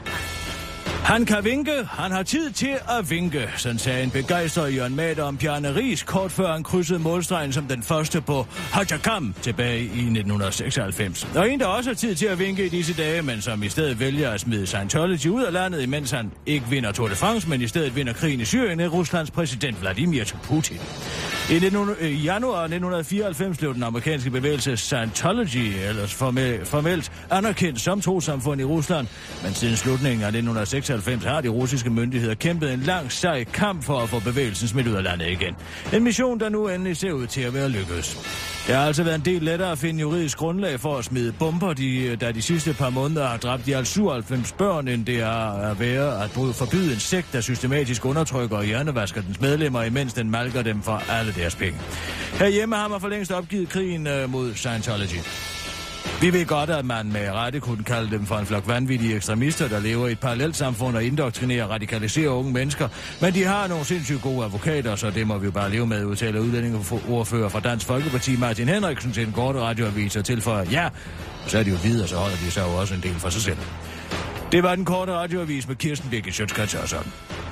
Han kan vinke, han har tid til at vinke, sådan sagde en begejstret Jørgen Mader om Bjarne Riis, kort før han krydsede målstregen som den første på Hajakam tilbage i 1996. Og en, der også har tid til at vinke i disse dage, men som i stedet vælger at smide Scientology ud af landet, imens han ikke vinder Tour de France, men i stedet vinder krigen i Syrien, er Ruslands præsident Vladimir Putin. I januar 1994 blev den amerikanske bevægelse Scientology ellers formelt anerkendt som trossamfund i Rusland, men siden slutningen af 1996 har de russiske myndigheder kæmpet en lang sej kamp for at få bevægelsen smidt ud af landet igen. En mission, der nu endelig ser ud til at være lykkedes. Det har altså været en del lettere at finde juridisk grundlag for at smide bomber, da de sidste par måneder har dræbt de 97 børn, end det er at være at forbyde en sekt, der systematisk undertrykker og hjernevasker dens medlemmer, imens den malker dem for alle deres penge. Herhjemme har man for længst opgivet krigen mod Scientology. Vi ved godt, at man med rette kunne kalde dem for en flok vanvittige ekstremister, der lever i et parallelt samfund og indoktrinerer og radikaliserer unge mennesker. Men de har nogle sindssygt gode advokater, så det må vi jo bare leve med, udtaler udlændingeordfører fra Dansk Folkeparti Martin Henriksen til en korte radioavis og tilføjer, ja, så er de jo videre, så holder de sig jo også en del for sig selv. Det var den korte radioavis med Kirsten Birgit Schøtz-Krets Hørsholm.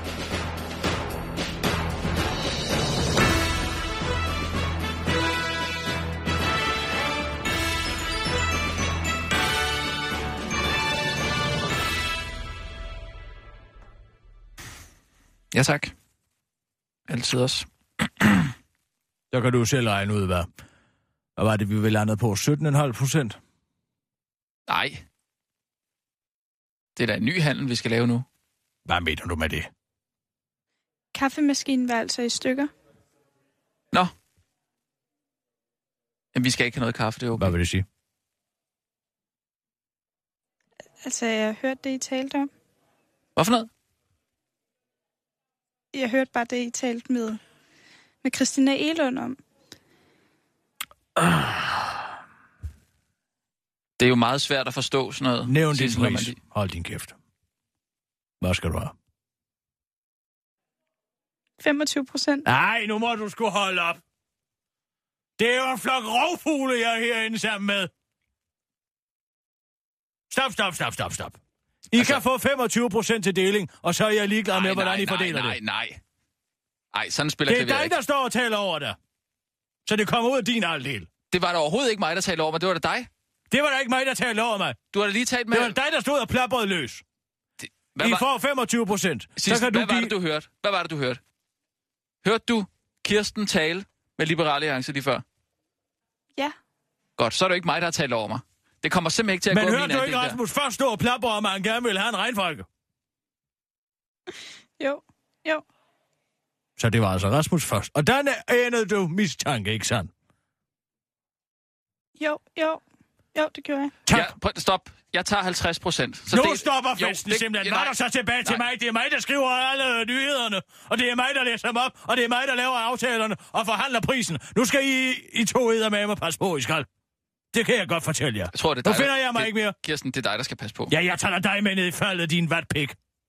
Ja, tak. Altid også. Så kan du selv regne ud, hvad var det, vi ville lande på? 17,5%? Nej. Det er da en ny handel, vi skal lave nu. Hvad mener du med det? Kaffemaskinen var altså i stykker. Nå. Jamen, vi skal ikke have noget kaffe, det er okay. Hvad vil det sige? Altså, jeg hørte det, I talte om. Hvad for noget? Jeg hørte bare det, I talte med Christina Egelund om. Det er jo meget svært at forstå sådan noget. Nævn din pris. Hold din kæft. Hvad skal du have? 25%. Nej, nu må du sgu holde op. Det er jo en flok rovfugle, jeg er herinde sammen med. Stop. I kan få 25% til deling, og så er jeg ligeglad med, hvordan I fordeler det. Nej, sådan spiller klaver ikke. Det er dig, der står og taler over dig. Så det kommer ud af din halvdel. Det var da overhovedet ikke mig, der talte over mig. Det var da dig. Det var da ikke mig, der talte over mig. Du har da lige talt med... Det var dig, der stod og plapperede løs. I får 25%. Sidst, Hvad var det, du hørte? Hørte du Kirsten tale med Liberal Alliance lige før? Ja. Godt, så er det ikke mig, der har talt over mig. Det kommer simpelthen ikke til at gå min andel der. Men hørte du ikke Rasmus først stå og plapper om, at han gerne ville have en regnfolke? Jo. Så det var altså Rasmus først. Og der anede du mistanke, ikke sandt? Jo, det gjorde jeg. Tak. Ja, stop. Jeg tager 50%. Nu stopper festen simpelthen. Var der så tilbage til mig? Det er mig, der skriver alle nyhederne. Og det er mig, der læser dem op. Og det er mig, der laver aftalerne og forhandler prisen. Nu skal I to eddermame og passe på, I skal. Det kan jeg godt fortælle jer. Jeg tror, det er dig, nu finder jeg mig ikke mere. Kirsten, det er dig, der skal passe på. Ja, jeg tager dig med ned i faldet, din vatpik.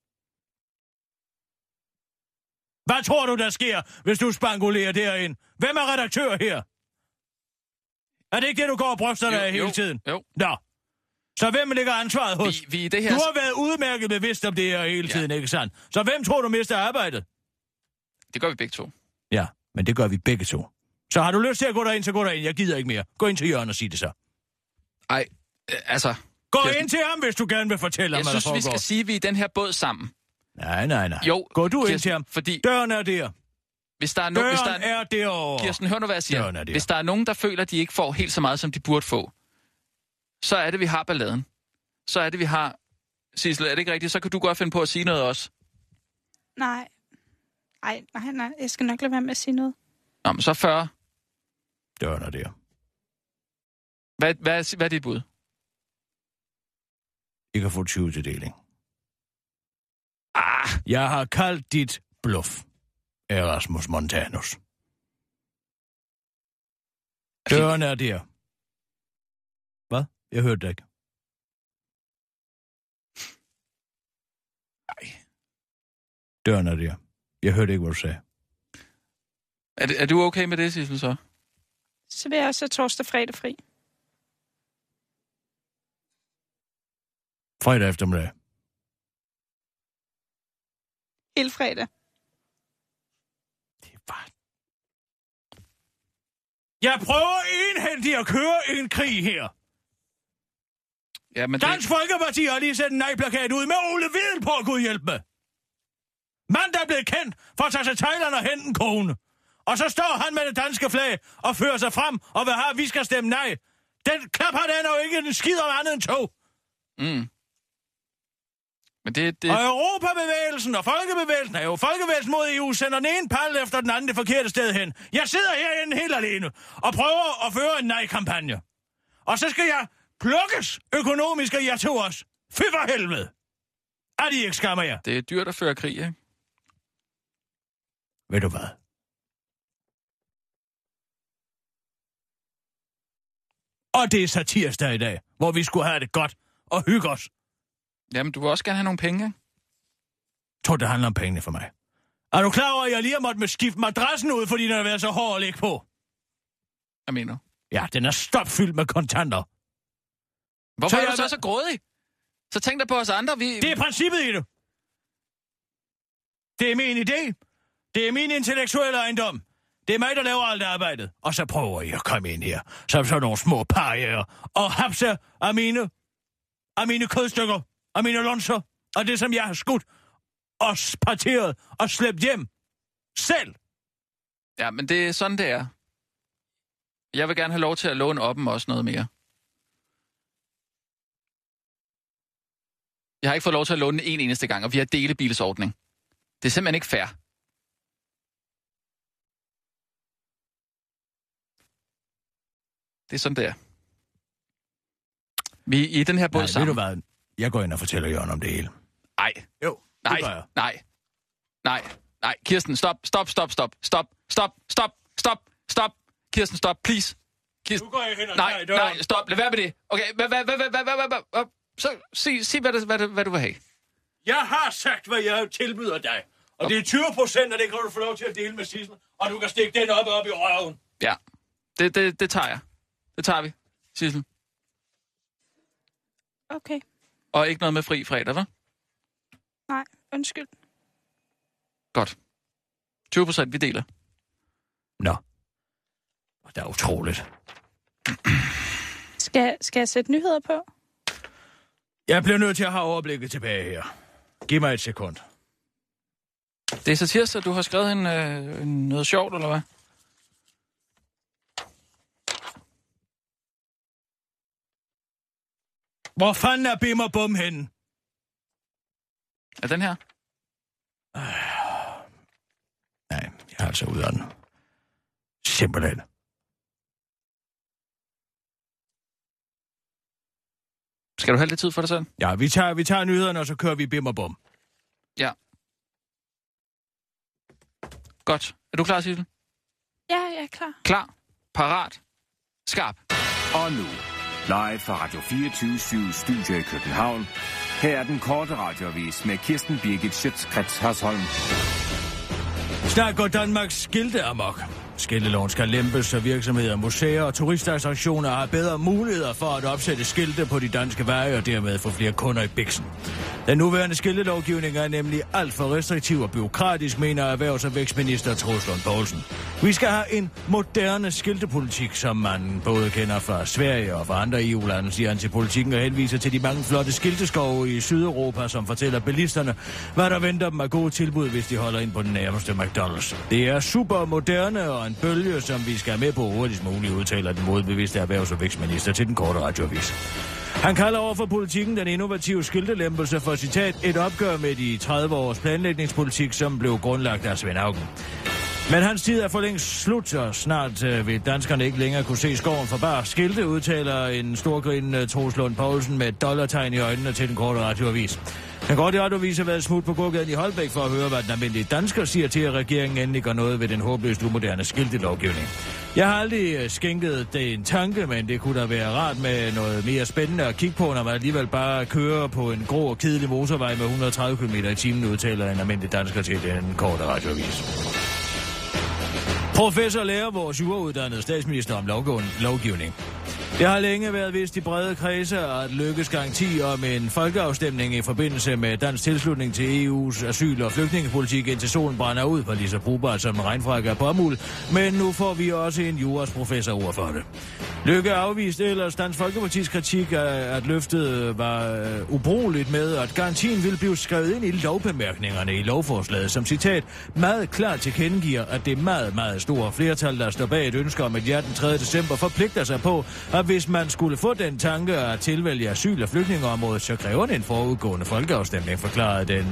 Hvad tror du, der sker, hvis du spangulerer derind? Hvem er redaktør her? Er det ikke det, du går og bryster dig af hele tiden? Jo. Nå. Så hvem ligger ansvaret hos? Vi det her... Du har været udmærket bevidst om det her hele tiden, ikke sandt? Så hvem tror du mister arbejdet? Det gør vi begge to. Ja, men det gør vi begge to. Så har du lyst til at gå derind, så gå derind. Jeg gider ikke mere. Gå ind til Jørgen og sig det så. Ej, altså... Gå ind til ham, hvis du gerne vil fortælle ham, hvad der foregår. Jeg synes, vi skal sige, at vi er i den her båd sammen. Nej. Jo, gå du ind til ham. Fordi... Døren er der. Døren er derovre. Kirsten, hør nu, hvad jeg siger. Der. Hvis der er nogen, der føler, at de ikke får helt så meget, som de burde få, så er det, vi har balladen. Så er det, vi har... Sissel, er det ikke rigtigt? Så kan du godt finde på at sige noget også. Nej. Jeg skal nok lade være med at sige noget. Nå, men så 40. Døren er der. Hvad er dit bud? I kan få 20 til deling. Jeg har kaldt dit bluff, Erasmus Montanus. Døren er der. Hvad? Jeg hørte det ikke. Nej. Døren er der. Jeg hørte ikke, hvad du sagde. Er du okay med det, Sissel, så? Så vil jeg også have torsdag fredag fri. Fredag eftermiddag. Hele fredag. Det er bare... Jeg prøver enhændigt at køre en krig her. Ja, men Dansk Folkeparti har lige sendt en nej-plakat ud med Ole Vedel på, Gud hjælp med. Mand, der er blevet kendt for at tage sig Thailand og hente en kone. Og så står han med det danske flag og fører sig frem og vil have, at vi skal stemme nej. Den klap har den jo ikke en skid om andet end tog. Men det... Og Europabevægelsen og Folkebevægelsen er jo Folkebevægelsen mod EU, sender den ene pal efter den anden det forkerte sted hen. Jeg sidder herinde helt alene og prøver at føre en nej-kampagne. Og så skal jeg plukkes økonomisk af jer to os. Fy for helvede. Er de ikke skammer jer? Det er dyrt at føre krig, ikke? Ved du hvad? Og det er så tirsdag i dag, hvor vi skulle have det godt og hygge os. Jamen, du vil også gerne have nogle penge, ikke? Tror det handler om pengene for mig. Er du klar over, at jeg lige har måttet skifte madrassen ud, fordi den har været så hård at ligge på? Hvad mener du? Ja, den er stopfyldt med kontanter. Hvorfor er du så grådig? Så tænk dig på os andre, vi... Det er princippet i det. Det er min idé. Det er min intellektuelle ejendom. Det er mig, der laver alt arbejdet. Og så prøver jeg at komme ind her, som sådan nogle små parier, og hapse af mine kødstykker, af mine lunser, og det, som jeg har skudt, og parteret, og slæbt hjem. Selv. Ja, men det er sådan, det er. Jeg vil gerne have lov til at låne op også noget mere. Jeg har ikke fået lov til at låne en eneste gang, og vi har delebilsordning. Det er simpelthen ikke fair. Det er sådan, det er. Vi er i den her båd sammen. Ved du hvad? Jeg går ind og fortæller Jørgen om det hele. Nej. Jo, nej, nej. Kirsten, stop. Kirsten, stop, please. Kirsten. Nu går jeg hen og nej, stop. Lad være med det. Okay, hvad? Så sig hvad du vil have. Jeg har sagt, hvad jeg tilbyder dig. Og det er 20%, og det kan du få lov til at dele med Sissel. Og du kan stikke den op i røven. Ja, det tager jeg. Det tager vi, Sissel. Okay. Og ikke noget med fri fredag, hva'? Nej, undskyld. Godt. 20% vi deler. Nå. Det er utroligt. Skal jeg sætte nyheder på? Jeg bliver nødt til at have overblikket tilbage her. Giv mig et sekund. Det er så tirsdag, du har skrevet noget sjovt, eller hvad? Hvor fanden er Bim og Bum henne? Er den her? Nej, jeg er altså ude af den. Simpelthen. Skal du have lidt tid for dig selv? Ja, vi tager nyhederne, og så kører vi bim og bum. Ja. Godt. Er du klar, Sissel? Ja, jeg er klar. Klar. Parat. Skarp. Og nu, live fra Radio 24/7 Studio i København. Her er den korte radioavis med Kirsten Birgit Schøtz-Krets Hørsholm. Snart går Danmarks skilte amok. Skilteloven skal lempes, så virksomheder, museer og turistattraktioner har bedre muligheder for at opsætte skilte på de danske veje og dermed få flere kunder i biksen. Den nuværende skiltelovgivning er nemlig alt for restriktiv og bureaukratisk, mener erhvervs- og vækstminister Troels Lund Poulsen. Vi skal have en moderne skiltepolitik, som man både kender fra Sverige og fra andre EU-lande, siger han til Politikken og henviser til de mange flotte skilteskove i Sydeuropa, som fortæller bilisterne, hvad der venter dem af gode tilbud, hvis de holder ind på den nærmeste McDonald's. Det er super moderne og en bølge, som vi skal have med på hurtigst muligt, udtaler den modbevidste erhvervs- og vækstminister til den korte radioavis. Han kalder over for Politikken den innovative skiltelempelse for citat et opgør med de 30 års planlægningspolitik, som blev grundlagt af Svend Auken. Men hans tid er for længst slut, og snart vil danskerne ikke længere kunne se skoven for bare skilte, udtaler en storgrinende Troels Lund Poulsen med et dollartegn i øjnene til den korte radioavis. Den korte radioavis har været smut på gågaden i Holbæk for at høre, hvad den almindelige dansker siger til, at regeringen endelig gør noget ved den håbløst umoderne skiltelovgivning. Jeg har aldrig skænket det en tanke, men det kunne da være rart med noget mere spændende at kigge på, når man alligevel bare kører på en grå og kedelig motorvej med 130 km/t, udtaler en almindelig dansker til den korte radioavis. Professor lærer vores jurauddannede statsminister om lovgivning. Det har længe været vist i brede kredse at lykkes garanti om en folkeafstemning i forbindelse med dansk tilslutning til EU's asyl- og flygtningepolitik, indtil solen brænder ud på lige så brugbart som en regnfrakke af bomuld, men nu får vi også en jurasprofessor ord for det. Lykke afviste ellers Dansk Folkepartis kritik af, at løftet var ubrugeligt med, at garantien ville blive skrevet ind i lovbemærkningerne i lovforslaget, som citat meget klart tilkendegiver, at det meget, meget store flertal, der står bag et ønske om, at den 3. december forpligter sig på, at hvis man skulle få den tanke at tilvælge asyl- og flygtningeområdet, så kræver det en forudgående folkeafstemning, forklarede den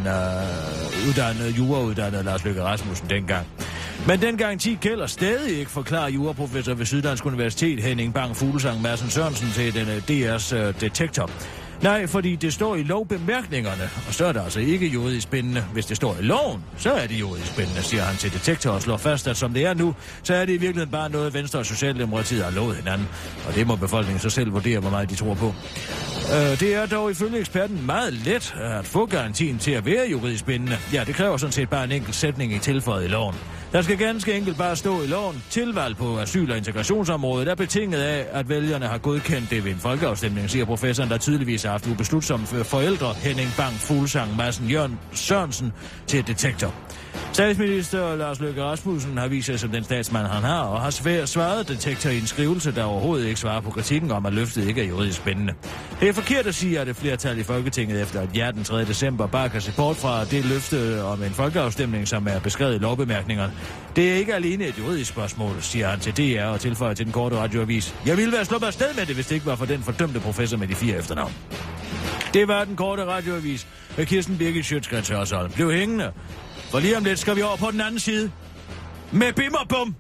jurauddannede Lars Løkke Rasmussen dengang. Men den garanti gælder stadig ikke, forklarer juraprofessor ved Syddansk Universitet Henning Bang Fuglsang Madsen Sørensen til den DR's Detektor. Nej, fordi det står i lovbemærkningerne, og så er det altså ikke juridisk bindende. Hvis det står i loven, så er det juridisk bindende, siger han til Detektor og slår fast, at som det er nu, så er det i virkeligheden bare noget, Venstre og Socialdemokratiet har lovet hinanden. Og det må befolkningen så selv vurdere, hvor meget de tror på. Det er dog ifølge eksperten meget let at få garantien til at være juridisk bindende. Ja, det kræver sådan set bare en enkelt sætning i tilføjet i loven. Der skal ganske enkelt bare stå i loven, tilvalg på asyl- og integrationsområdet er betinget af, at vælgerne har godkendt det ved en folkeafstemning, siger professoren, der tydeligvis har haft ubeslutsomme forældre, Henning Bang Fuglsang Madsen Sørensen til Detektor. Statsminister Lars Løkke Rasmussen har vist sig som den statsmand, han har, og har svaret Detektor i en skrivelse, der overhovedet ikke svarer på kritikken om, at løftet ikke er juridisk spændende. Det er forkert at sige, at et flertal i Folketinget efter at den 3. december bare kan se bort fra det løfte om en folkeafstemning, som er beskrevet i lovbemærkningerne. Det er ikke alene et juridisk spørgsmål, siger han til DR og tilføjer til den korte radioavis. Jeg ville være sluppet afsted med det, hvis det ikke var for den fordømte professor med de 4 efternavn. Det var den korte radioavis med Kirsten Birgit Schøtz-Krets Hørsholm. Bliv hængende, for lige om lidt skal vi over på den anden side med bim og bum.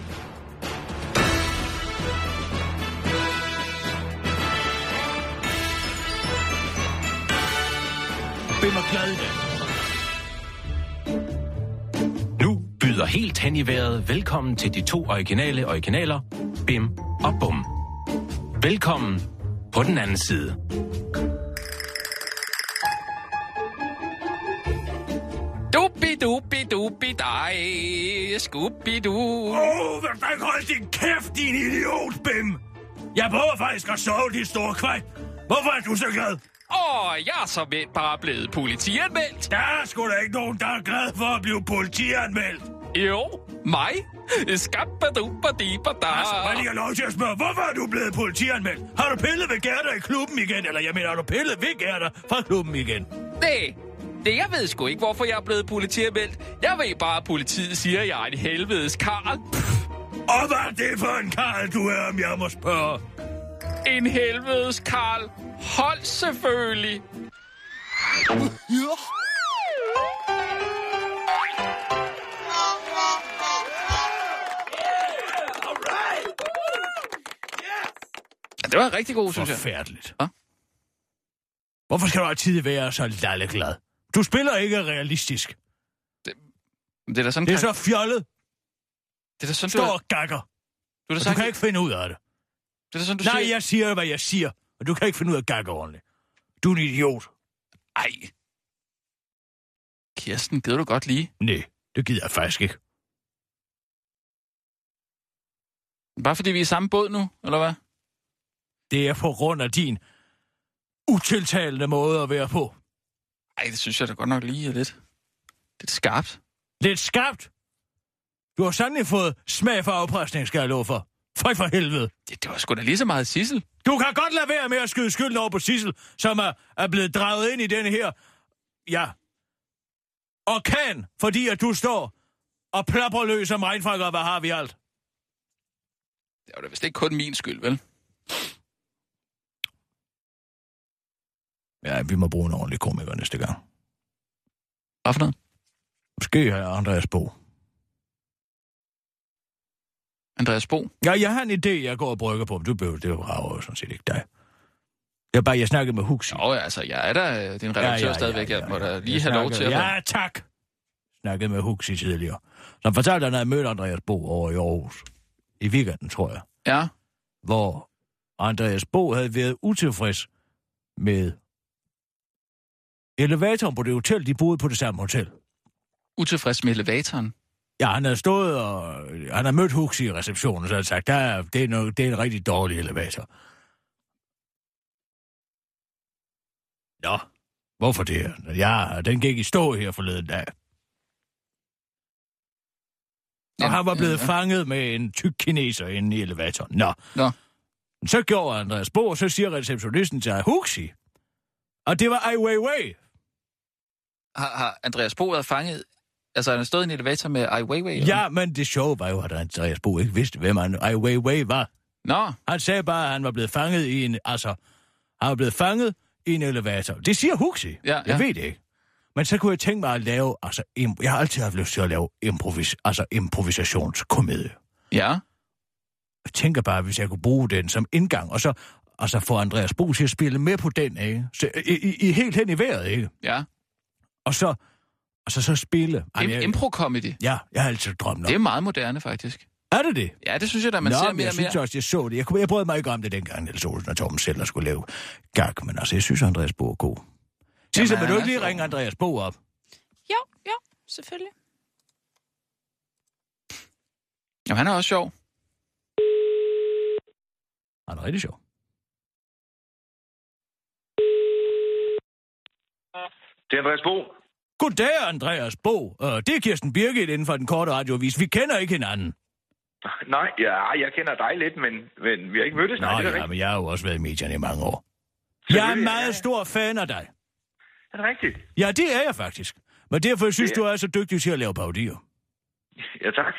Bim og glad i dag. Nu byder helt hen i vejret velkommen til de 2 originaler, Bim og Bum. Velkommen på den anden side. Dubi-dubi-dubi-dig, Scooby-Doo. Hvad fanden hold din kæft, din idiot, Bim! Jeg prøver faktisk at sove, dit store kvej. Hvorfor er du så glad? Jeg er så vel bare blevet politianmeldt. Der er sgu da ikke nogen, der er glad for at blive politianmeldt. Jo, mig? Skabba-duba-diba-da. Altså, bare lige lov til at spørge, hvorfor er du blevet politianmeldt? Har du pillet ved Gerda i klubben igen? Eller jeg mener, har du pillet ved Gerda fra klubben igen? Nej. Jeg ved sgu ikke, hvorfor jeg er blevet politianmeldt. Jeg ved bare, at politiet siger, at jeg er en helvedes karl. Og hvad er det for en karl, du er, om jeg må spørge? En helvedes karl. Hold selvfølgelig. Det var rigtig god, synes jeg. Forfærdeligt. Ja? Hvorfor skal du altid være så lalleglad? Du spiller ikke realistisk. Det er da sådan... Det er så fjollet. Det er da sådan, Står og gakker. Du kan ikke finde ud af det. Det er da sådan, du Nej, siger... jeg siger, hvad jeg siger. Og du kan ikke finde ud af at gakke ordentligt. Du er en idiot. Ej. Kirsten, gider du godt lige? Nej, det gider jeg faktisk ikke. Bare fordi vi er i samme båd nu, eller hvad? Det er på grund af din utiltalende måde at være på. Ej, det synes jeg da godt nok lige er lidt skarpt. Lidt skarpt? Du har sandelig fået smag for afpresning, skal jeg love for. For helvede. Det var sgu da lige så meget Sissel. Du kan godt lade være med at skyde skylden over på Sissel, som er blevet draget ind i denne her... Ja. Orkan, fordi at du står og plapper løs som regnfrakker, og hvad har vi alt? Det var da vist ikke kun min skyld, vel? Ja, vi må bruge en ordentlig komiker næste gang. Hvad for noget? Måske har jeg Andreas Bo. Andreas Bo? Ja, jeg har en idé, jeg går og brygger på. Det rager jo sådan set ikke dig. Jeg snakkede med Huxi. Jo, altså, jeg er da din redaktør stadigvæk. Jeg må da lige have lov til at... Ja, tak! Snakkede med Huxi tidligere. Som fortalte, at han havde mødt Andreas Bo over i Aarhus. I weekenden, tror jeg. Ja. Hvor Andreas Bo havde været utilfreds med elevatoren på det hotel. De boede på det samme hotel. Utilfreds med elevatoren? Ja, han havde stået og... Han har mødt Huxi i receptionen, og så havde sagt, det er en rigtig dårlig elevator. Nå, hvorfor det? Ja, den gik i stå her forleden dag. Og han var blevet fanget med en tyk kineser inde i elevatoren. Nå. Så gjorde Andreas Bo, og så siger receptionisten til Huxi, og det var Ai Weiwei. Har Andreas Bo været fanget? Altså, han har stået i en elevator med Ai Weiwei? Ja, men det sjove var jo, at Andreas Bo ikke vidste, hvem Ai Weiwei var. Nå. Han sagde bare, at han var blevet fanget i en... Altså, han var blevet fanget i en elevator. Det siger Huxi. Ja. Jeg ved det ikke. Men så kunne jeg tænke mig at lave... Altså, jeg har altid haft lyst til at lave improvisationskomedie. Ja. Jeg tænker bare, hvis jeg kunne bruge den som indgang, og så få Andreas Bo til at spille med på den, ikke? Så, i helt hen i vejret, ikke? Ja. Og så spille. Impro-comedy? Ja, jeg har altid drømt om. Det er meget moderne, faktisk. Er det det? Ja, det synes jeg da, man ser mere og mere. Jeg synes også, jeg så det. Jeg brød mig ikke om det dengang, Niels Olsen og Torben Seller skulle lave gag, men altså, jeg synes, Andreas Bo er god. Sisse, vil du ikke lige ringe Andreas Bo op? Jo, selvfølgelig. Jamen, han er også sjov. Han er rigtig sjov. Det er Andreas Bo. Goddag, Andreas Bo. Det er Kirsten Birgit inden for den korte radioavis. Vi kender ikke hinanden. Nej, jeg kender dig lidt, men vi har ikke mødtes. Nej, men jeg har jo også været i medierne i mange år. Jeg er en meget stor fan af dig. Er det rigtigt? Ja, det er jeg faktisk. Men derfor synes du er så dygtig til at lave parodier. Ja, tak.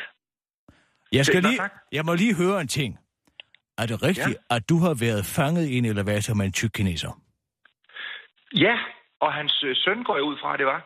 Jeg må lige høre en ting. Er det rigtigt, at du har været fanget i en elevator med en tyk kineser? Ja, og hans søn går jeg ud fra, det var.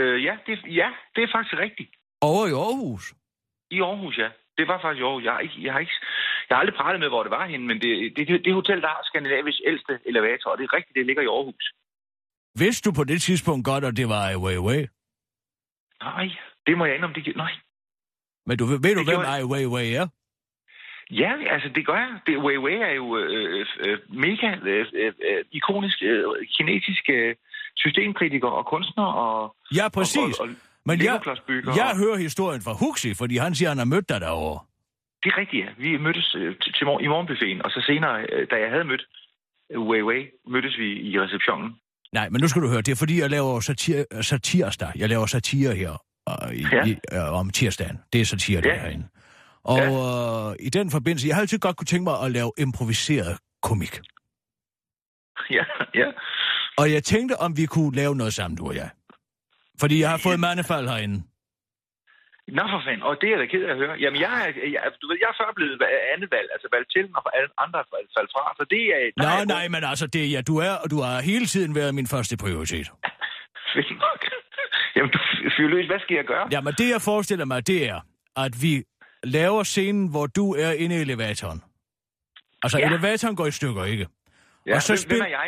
Det er faktisk rigtigt. Over i Aarhus? I Aarhus, ja. Det var faktisk i Aarhus. Jeg har aldrig pratet med, hvor det var henne, men det hotel, der har Skandinavisk ældste elevator, og det er rigtigt, det ligger i Aarhus. Vidste du på det tidspunkt godt, at det var Ai Weiwei? Nej, det må jeg indrømme, det nej. Men ved du, hvem Ai Weiwei er? Ja, altså det gør jeg. Weiwei er jo mega ikonisk kinesisk systemkritiker og kunstner og... Ja, præcis. Men jeg hører historien fra Huxi, fordi han siger, at han har mødt dig derovre. Det er rigtigt, ja. Vi mødtes i morgenbuffeten, og så senere, da jeg havde mødt Weiwei, mødtes vi i receptionen. Nej, men nu skal du høre, det er fordi, jeg laver satirsdag. Jeg laver satire her om tirsdagen. Det er satire, der herinde. Og i den forbindelse, jeg har altid godt kunne tænke mig at lave improviseret komik. Ja. Og jeg tænkte, om vi kunne lave noget sammen, du og jeg. Fordi jeg har fået mandefald herinde. Nå for fanden, og det er da ked af at høre. Jamen, jeg er før blevet andet valg, altså valgt til, og andre faldt fra, så det er... Nej, men altså, du har hele tiden været min første prioritet. Fint nok. Jamen, Fyrløs, hvad skal jeg gøre? Jamen, det jeg forestiller mig, det er, at vi laver scenen, hvor du er inde i elevatoren. Altså, elevatoren går i stykker, ikke? Ja, og så hvem er jeg?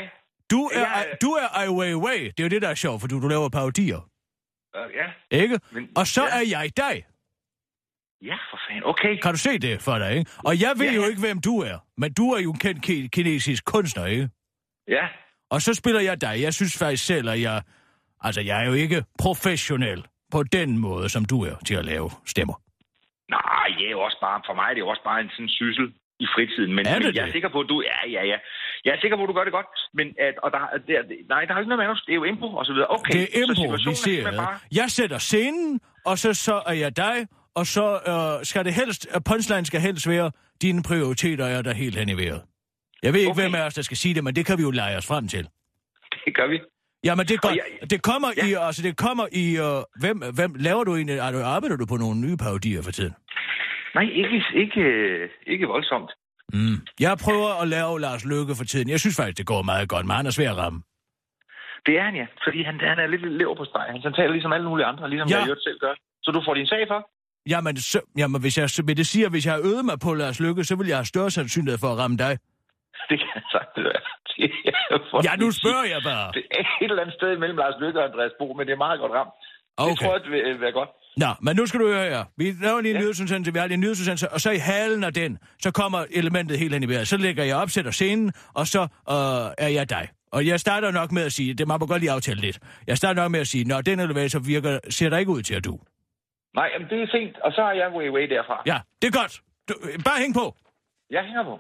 Du er Ai Weiwei. Det er jo det, der er sjovt, for du laver parodier. Ja. Ikke? Og så er jeg dig. Ja, for fanden. Okay. Kan du se det for dig, ikke? Og jeg ved jo ikke, hvem du er. Men du er jo en kendt kinesisk kunstner, ikke? Ja. Og så spiller jeg dig. Jeg synes faktisk selv, at jeg er jo ikke professionel på den måde, som du er til at lave stemmer. Nej, det er jo også bare, for mig det er jo også bare en sådan syssel i fritiden. Men jeg er sikker på, at du... Ja. Jeg er sikker på, at du gør det godt. Men der er jo ikke noget manus. Det er jo impro og så videre. Okay. Det er impro, vi ser. Bare... Jeg sætter scenen, og så er jeg dig, og så skal det helst... Punchline skal helst være, dine prioriteter er der helt hen i vejret. Jeg ved ikke, hvem af os, der skal sige det, men det kan vi jo lege os frem til. Det gør vi. Jamen, det er godt. Det kommer i... Hvem laver du egentlig? Arbejder du på nogle nye parodier for tiden? Nej, ikke voldsomt. Jeg prøver at lave Lars Løkke for tiden. Jeg synes faktisk, det går meget godt, men han er svær at ramme. Det er han, ja. Fordi han er lidt lever på streg. Han taler ligesom alle mulige andre, ligesom jeg selv gør. Så du får din sag for? Jamen hvis jeg har øvet mig på Lars Løkke, så vil jeg have større sandsynlighed for at ramme dig. Det kan sagtens være. Ja, nu spørger jeg bare. Det er et eller andet sted mellem Lars Løkke og Andreas Bo, men det er meget godt ramt. Okay. Det tror jeg, det vil være godt. Nå, men nu skal du høre her. Vi laver lige en nyhedsudsendelse, vi har lige en nyhedsudsendelse, og så i halen af den, så kommer elementet helt hen i vejret. Så lægger jeg op, sætter scenen, og så er jeg dig. Og jeg starter nok med at sige, det må godt lige aftale lidt. Jeg starter nok med at sige, når den elevator ser der ikke ud til at du. Nej, men det er fint, og så er jeg way derfra. Ja, det er godt. Bare hæng på. Jeg hænger på.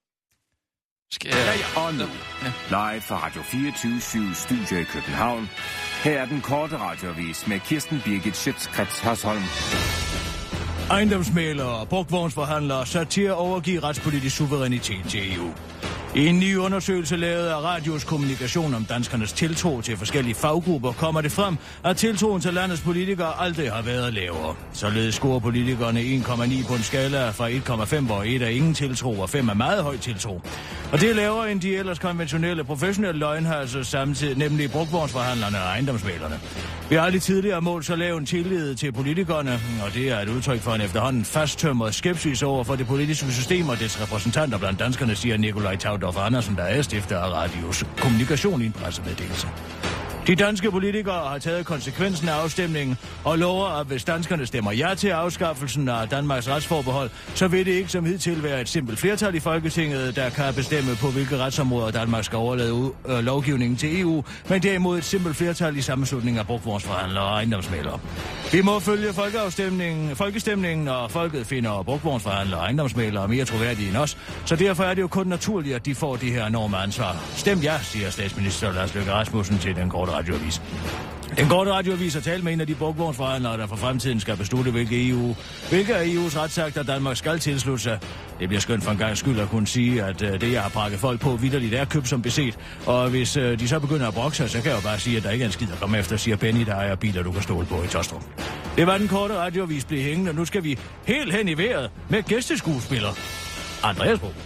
Og nu, live fra Radio 24/7 Studio i København. Her er den korte radioavis med Kirsten Birgit Schøtz-Krets Hørsholm. Ejendomsmælere, brugtvognsforhandlere sat til at overgive retspolitisk suverænitet til EU. I en ny undersøgelse lavet af Radios Kommunikation om danskernes tiltro til forskellige faggrupper kommer det frem, at tiltroen til landets politikere aldrig har været lavere. Således scorer politikerne 1,9 på en skala fra 1,5, hvor 1 er ingen tiltro og 5 er meget høj tiltro. Og det er lavere end de ellers konventionelle professionelle løgnhalser samtidig, nemlig brugtvognsforhandlerne og ejendomsmælerne. Vi har aldrig tidligere målt så lav en tillid til politikerne, og det er et udtryk for en efterhånden fasttømret skepsis over for det politiske system og dets repræsentanter blandt danskerne, siger Nikolaj Taudorf Andersen, der er stifter af Radios Kommunikation i en pressemeddelelse. De danske politikere har taget konsekvensen af afstemningen og lover, at hvis danskerne stemmer ja til afskaffelsen af Danmarks retsforbehold, så vil det ikke som hidtil være et simpelt flertal i Folketinget, der kan bestemme på hvilke retsområder Danmark skal overlade lovgivningen til EU, men derimod et simpelt flertal i sammenslutning af brugtvognsforhandlere og ejendomsmælere. Vi må følge folkestemningen, og folket finder brugtvognsforhandlere og ejendomsmælere mere troværdige end os, så derfor er det jo kun naturligt, at de får det her enorme ansvar. Stem ja, siger statsminister Lars Løkke Rasmussen til den korte radioavis. Den korte radioavis har talt med en af de brugtvognsforhandlere, der for fremtiden skal beslutte, hvilke af EU's retsakter Danmark skal tilslutte sig. Det bliver skønt for en gang skyld at kunne sige, at det, jeg har prakket folk på, vitterligt er købt som beset. Og hvis de så begynder at brokke sig, så kan jeg jo bare sige, at der ikke er en skid at komme efter, siger Benny, der ejer biler, du kan stole på i Tostrup. Det var den korte radioavis blive hængende, og nu skal vi helt hen i vejret med gæsteskuespiller Andreas Bo.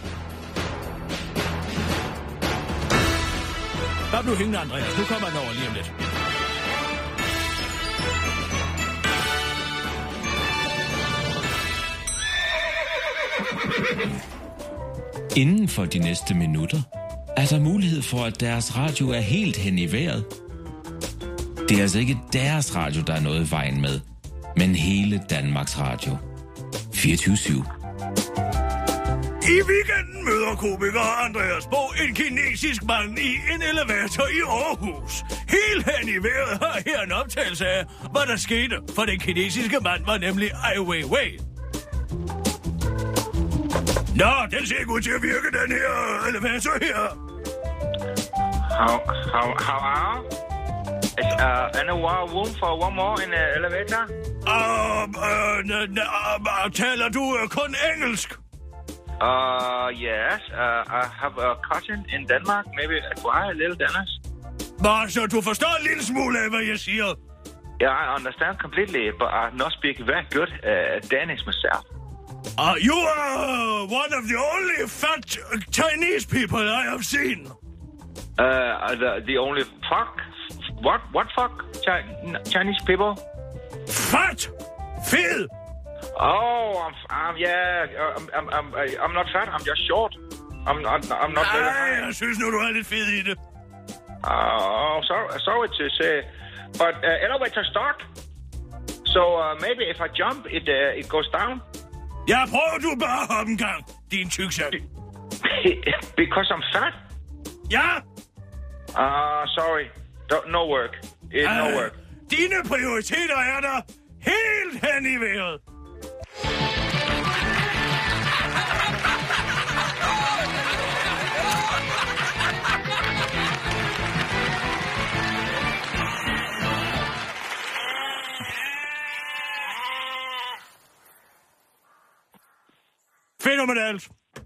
Bare bliv hængende, Andreas. Nu kommer han over lige om lidt. Inden for de næste minutter er der mulighed for, at deres radio er helt hen i vejret. Det er altså ikke deres radio, der er noget i vejen med, men hele Danmarks Radio. 24/7. I weekenden møder komiker Andreas Bo en kinesisk mand i en elevator i Aarhus. Helt hen i vejret har her en optagelse af, hvad der skete, for den kinesiske mand var nemlig Ai Weiwei. Nå, den ser ikke ud til at virke, den her elevator her. How are? Is room for one more in the elevator? Taler du kun engelsk? Yes. I have a cousin in Denmark. Maybe a little Danish. Så du forstår en lille smule af, hvad jeg siger? Yeah, I understand completely, but I not speak very good Danish myself. You are one of the only fat Chinese people I have seen. The only fuck? What fuck? Chinese people? Fat! Fed! Oh, I'm not fat. I'm just short. I'm not very high. Jeg synes nu, du er lidt fed i det. Sorry to say, but elevator stuck. So maybe if I jump, it goes down. Ja, prøv du bare at hoppe en gang, din tyksag. Because I'm fat? Ja. Sorry. No work. No work. Dine prioriteter er der helt hen i vejret. Fænomenalt.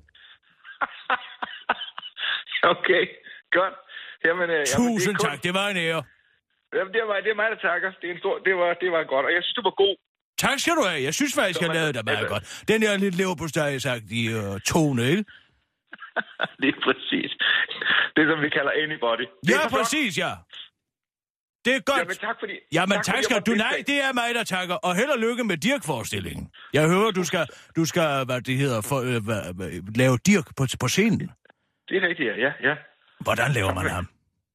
Okay, godt. Jamen, Tusind tak, det var en ære. Jamen, det er mig, der takker. Det var godt, og jeg synes, du var god. Tak skal du have. Jeg synes faktisk, jeg lavede det meget godt. Den der lidt leverpostej, jeg sagt i tone, ikke? Det er præcis. Det som vi kalder anybody. Ja, præcis, ja. Det er godt. Jamen, tak fordi... Jamen, tak skal du. Nej, det er mig, der takker. Og held og lykke med Dirk-forestillingen. Jeg hører, du skal hvad det hedder, lave Dirk på scenen. Det er rigtigt, ja. Hvordan laver man ham?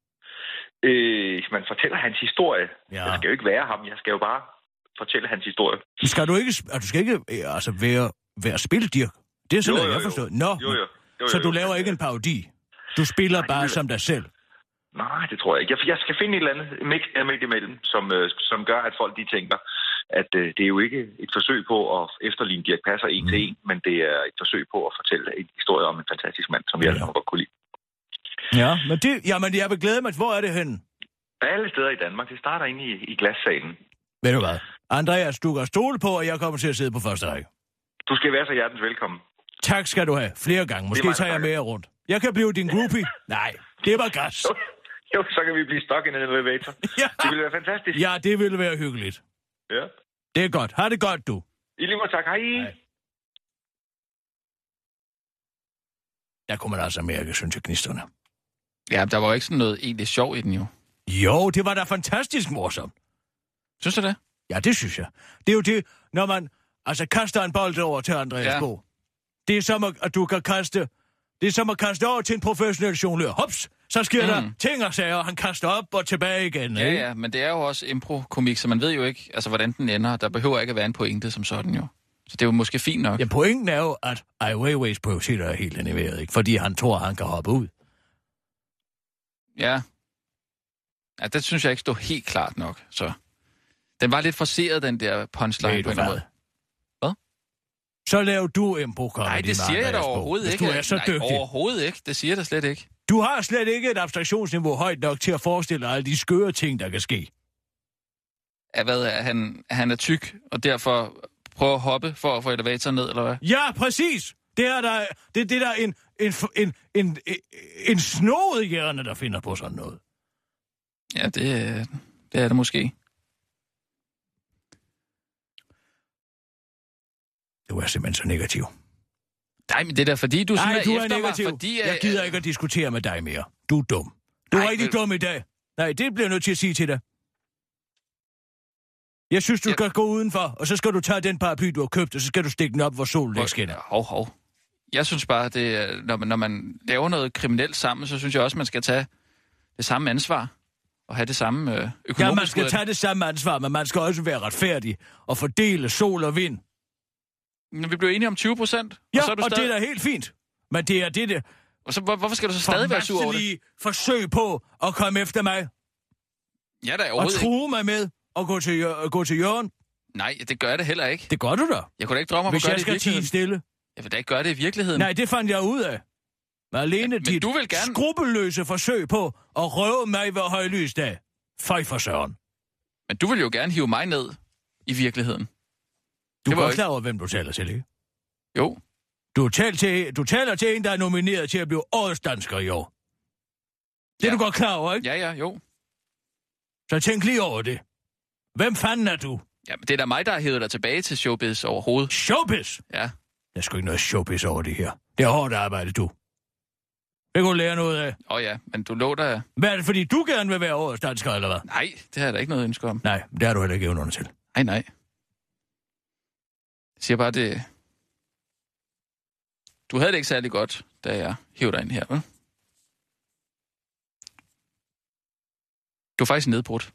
Man fortæller hans historie. Ja. Jeg skal jo ikke være ham, jeg skal jo bare fortælle hans historie. Du skal ikke altså være spille Dirk? Det er sådan, jeg forstår. Nå, så du laver ikke en parodi? Du spiller bare som dig selv? Nej, det tror jeg ikke. Jeg skal finde et eller andet mix midt imellem, som gør, at folk de tænker, at det er jo ikke et forsøg på at efterligne Dirch Passer en til en, men det er et forsøg på at fortælle en historie om en fantastisk mand, som jeg godt kunne lide. Ja, men jeg vil glæde mig. Hvor er det henne? Alle steder i Danmark. Det starter inde i glassalen. Ved du hvad? Andreas, du kan stole på, at jeg kommer til at sidde på første række. Du skal være så hjertens velkommen. Tak skal du have. Flere gange. Måske tager jeg med jer rundt. Jeg kan blive din groupie. Nej, det var gas. Jo, så kan vi blive stuck in an elevator. Ja. Det ville være fantastisk. Ja, det ville være hyggeligt. Ja. Det er godt. Ha' det godt, du. I lige måde tak. Hej. Der kunne man altså mærke, synes jeg, gnisterne. Ja, der var jo ikke sådan noget egentlig sjov i den jo. Jo, det var da fantastisk morsomt. Synes du det? Ja, det synes jeg. Det er jo det, når man kaster en bold over til Andreas Bo. Det er som, at du kan kaste... Det er som at kaste over til en professionel jonglør. Hops! Så sker der ting og sager, og han kaster op og tilbage igen. Ja, ja, men det er jo også impro-komik, så man ved jo ikke, hvordan den ender. Der behøver ikke at være en pointe som sådan jo. Så det er jo måske fint nok. Ja, pointen er jo, at Ai Weiweis prioriteter er helt animeret, ikke? Fordi han tror, han kan hoppe ud. Ja. Ja, det synes jeg ikke stod helt klart nok, så... Den var lidt forceret, den der punchline på en måde. Hvad? Så laver du impro-comedy. Nej, det siger jeg da overhovedet ikke. Du er så dygtig. Overhovedet ikke. Det siger jeg da slet ikke. Du har slet ikke et abstraktionsniveau højt nok til at forestille alle de skøre ting, der kan ske. Ja, hvad er han er tyk, og derfor prøver at hoppe for at få elevatoren ned, eller hvad? Ja, præcis! Det er der en snoet hjerne, der finder på sådan noget. Ja, det er det måske. Du er simpelthen så negativ. Nej, men det er da fordi, du sådan du er efter negativ. mig, fordi... Jeg gider ikke at diskutere med dig mere. Du er dum. Du er rigtig dum i dag. Nej, det bliver jeg nødt til at sige til dig. Jeg synes, du skal gå udenfor, og så skal du tage den paraply, du har købt, og så skal du stikke den op, hvor solen ikke skinner. Hov. Jeg synes bare, det når man laver noget kriminelt sammen, så synes jeg også, man skal tage det samme ansvar og have det samme økonomiske... Ja, man skal tage det samme ansvar, men man skal også være retfærdig og fordele sol og vind. Vi blev enige om 20%. Ja, og, så er og det er da helt fint. Men det er det. Og så, hvorfor skal du så stadig være sur over det? Forsøg på at komme efter mig. Ja, der er overhovedet og true mig med at gå til Jørgen. Nej, det gør jeg da heller ikke. Det gør du da. Jeg kunne da ikke drømme om at gøre det i virkeligheden. Hvis jeg skal tie stille. Jeg vil da ikke gøre det i virkeligheden. Nej, det fandt jeg ud af. Men alene dit skrupelløse forsøg på at røve mig ved højlysdag. Føj for søren. Men du vil jo gerne hive mig ned i virkeligheden. Du er godt klar over, hvem du taler til, ikke? Jo. Du taler til en, der er nomineret til at blive årets dansker i år. Det er du godt klar over, ikke? Ja, jo. Så tænk lige over det. Hvem fanden er du? Jamen, det er da mig, der har hævet dig tilbage til showbiz overhovedet. Showbiz? Ja. Der er sgu ikke noget showbiz over det her. Det er hårdt arbejde, du. Det kan du lære noget af. Ja, men du lå der... Hvad er det, fordi du gerne vil være årets dansker, eller hvad? Nej, det har jeg da ikke noget ønske om. Nej, det har du heller ikke evnerne til. Nej. Jeg siger bare, det... Du havde det ikke særlig godt, da jeg hævde dig ind her, vel? Du er faktisk nedbrudt.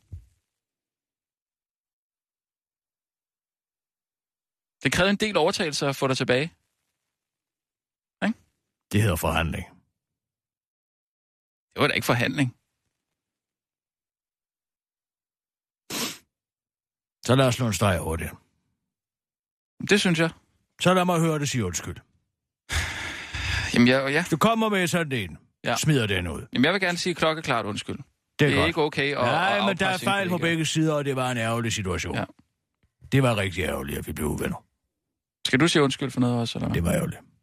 Det krævede en del overtagelse at få dig tilbage. Ikke? Det hedder forhandling. Det var da ikke forhandling. Så lad os slå en streg over det. Det synes jeg. Så lad mig høre det sige undskyld. Jamen, ja. Du kommer med sådan en. Ja. Smider den ud. Jamen, jeg vil gerne sige klokkeklart undskyld. Det er ikke okay. Nej, men der er fejl på begge sider, og det var en ærgerlig situation. Ja. Det var rigtig ærgerligt, at vi blev uvenner. Skal du sige undskyld for noget også, eller hvad? Det var ærgerligt.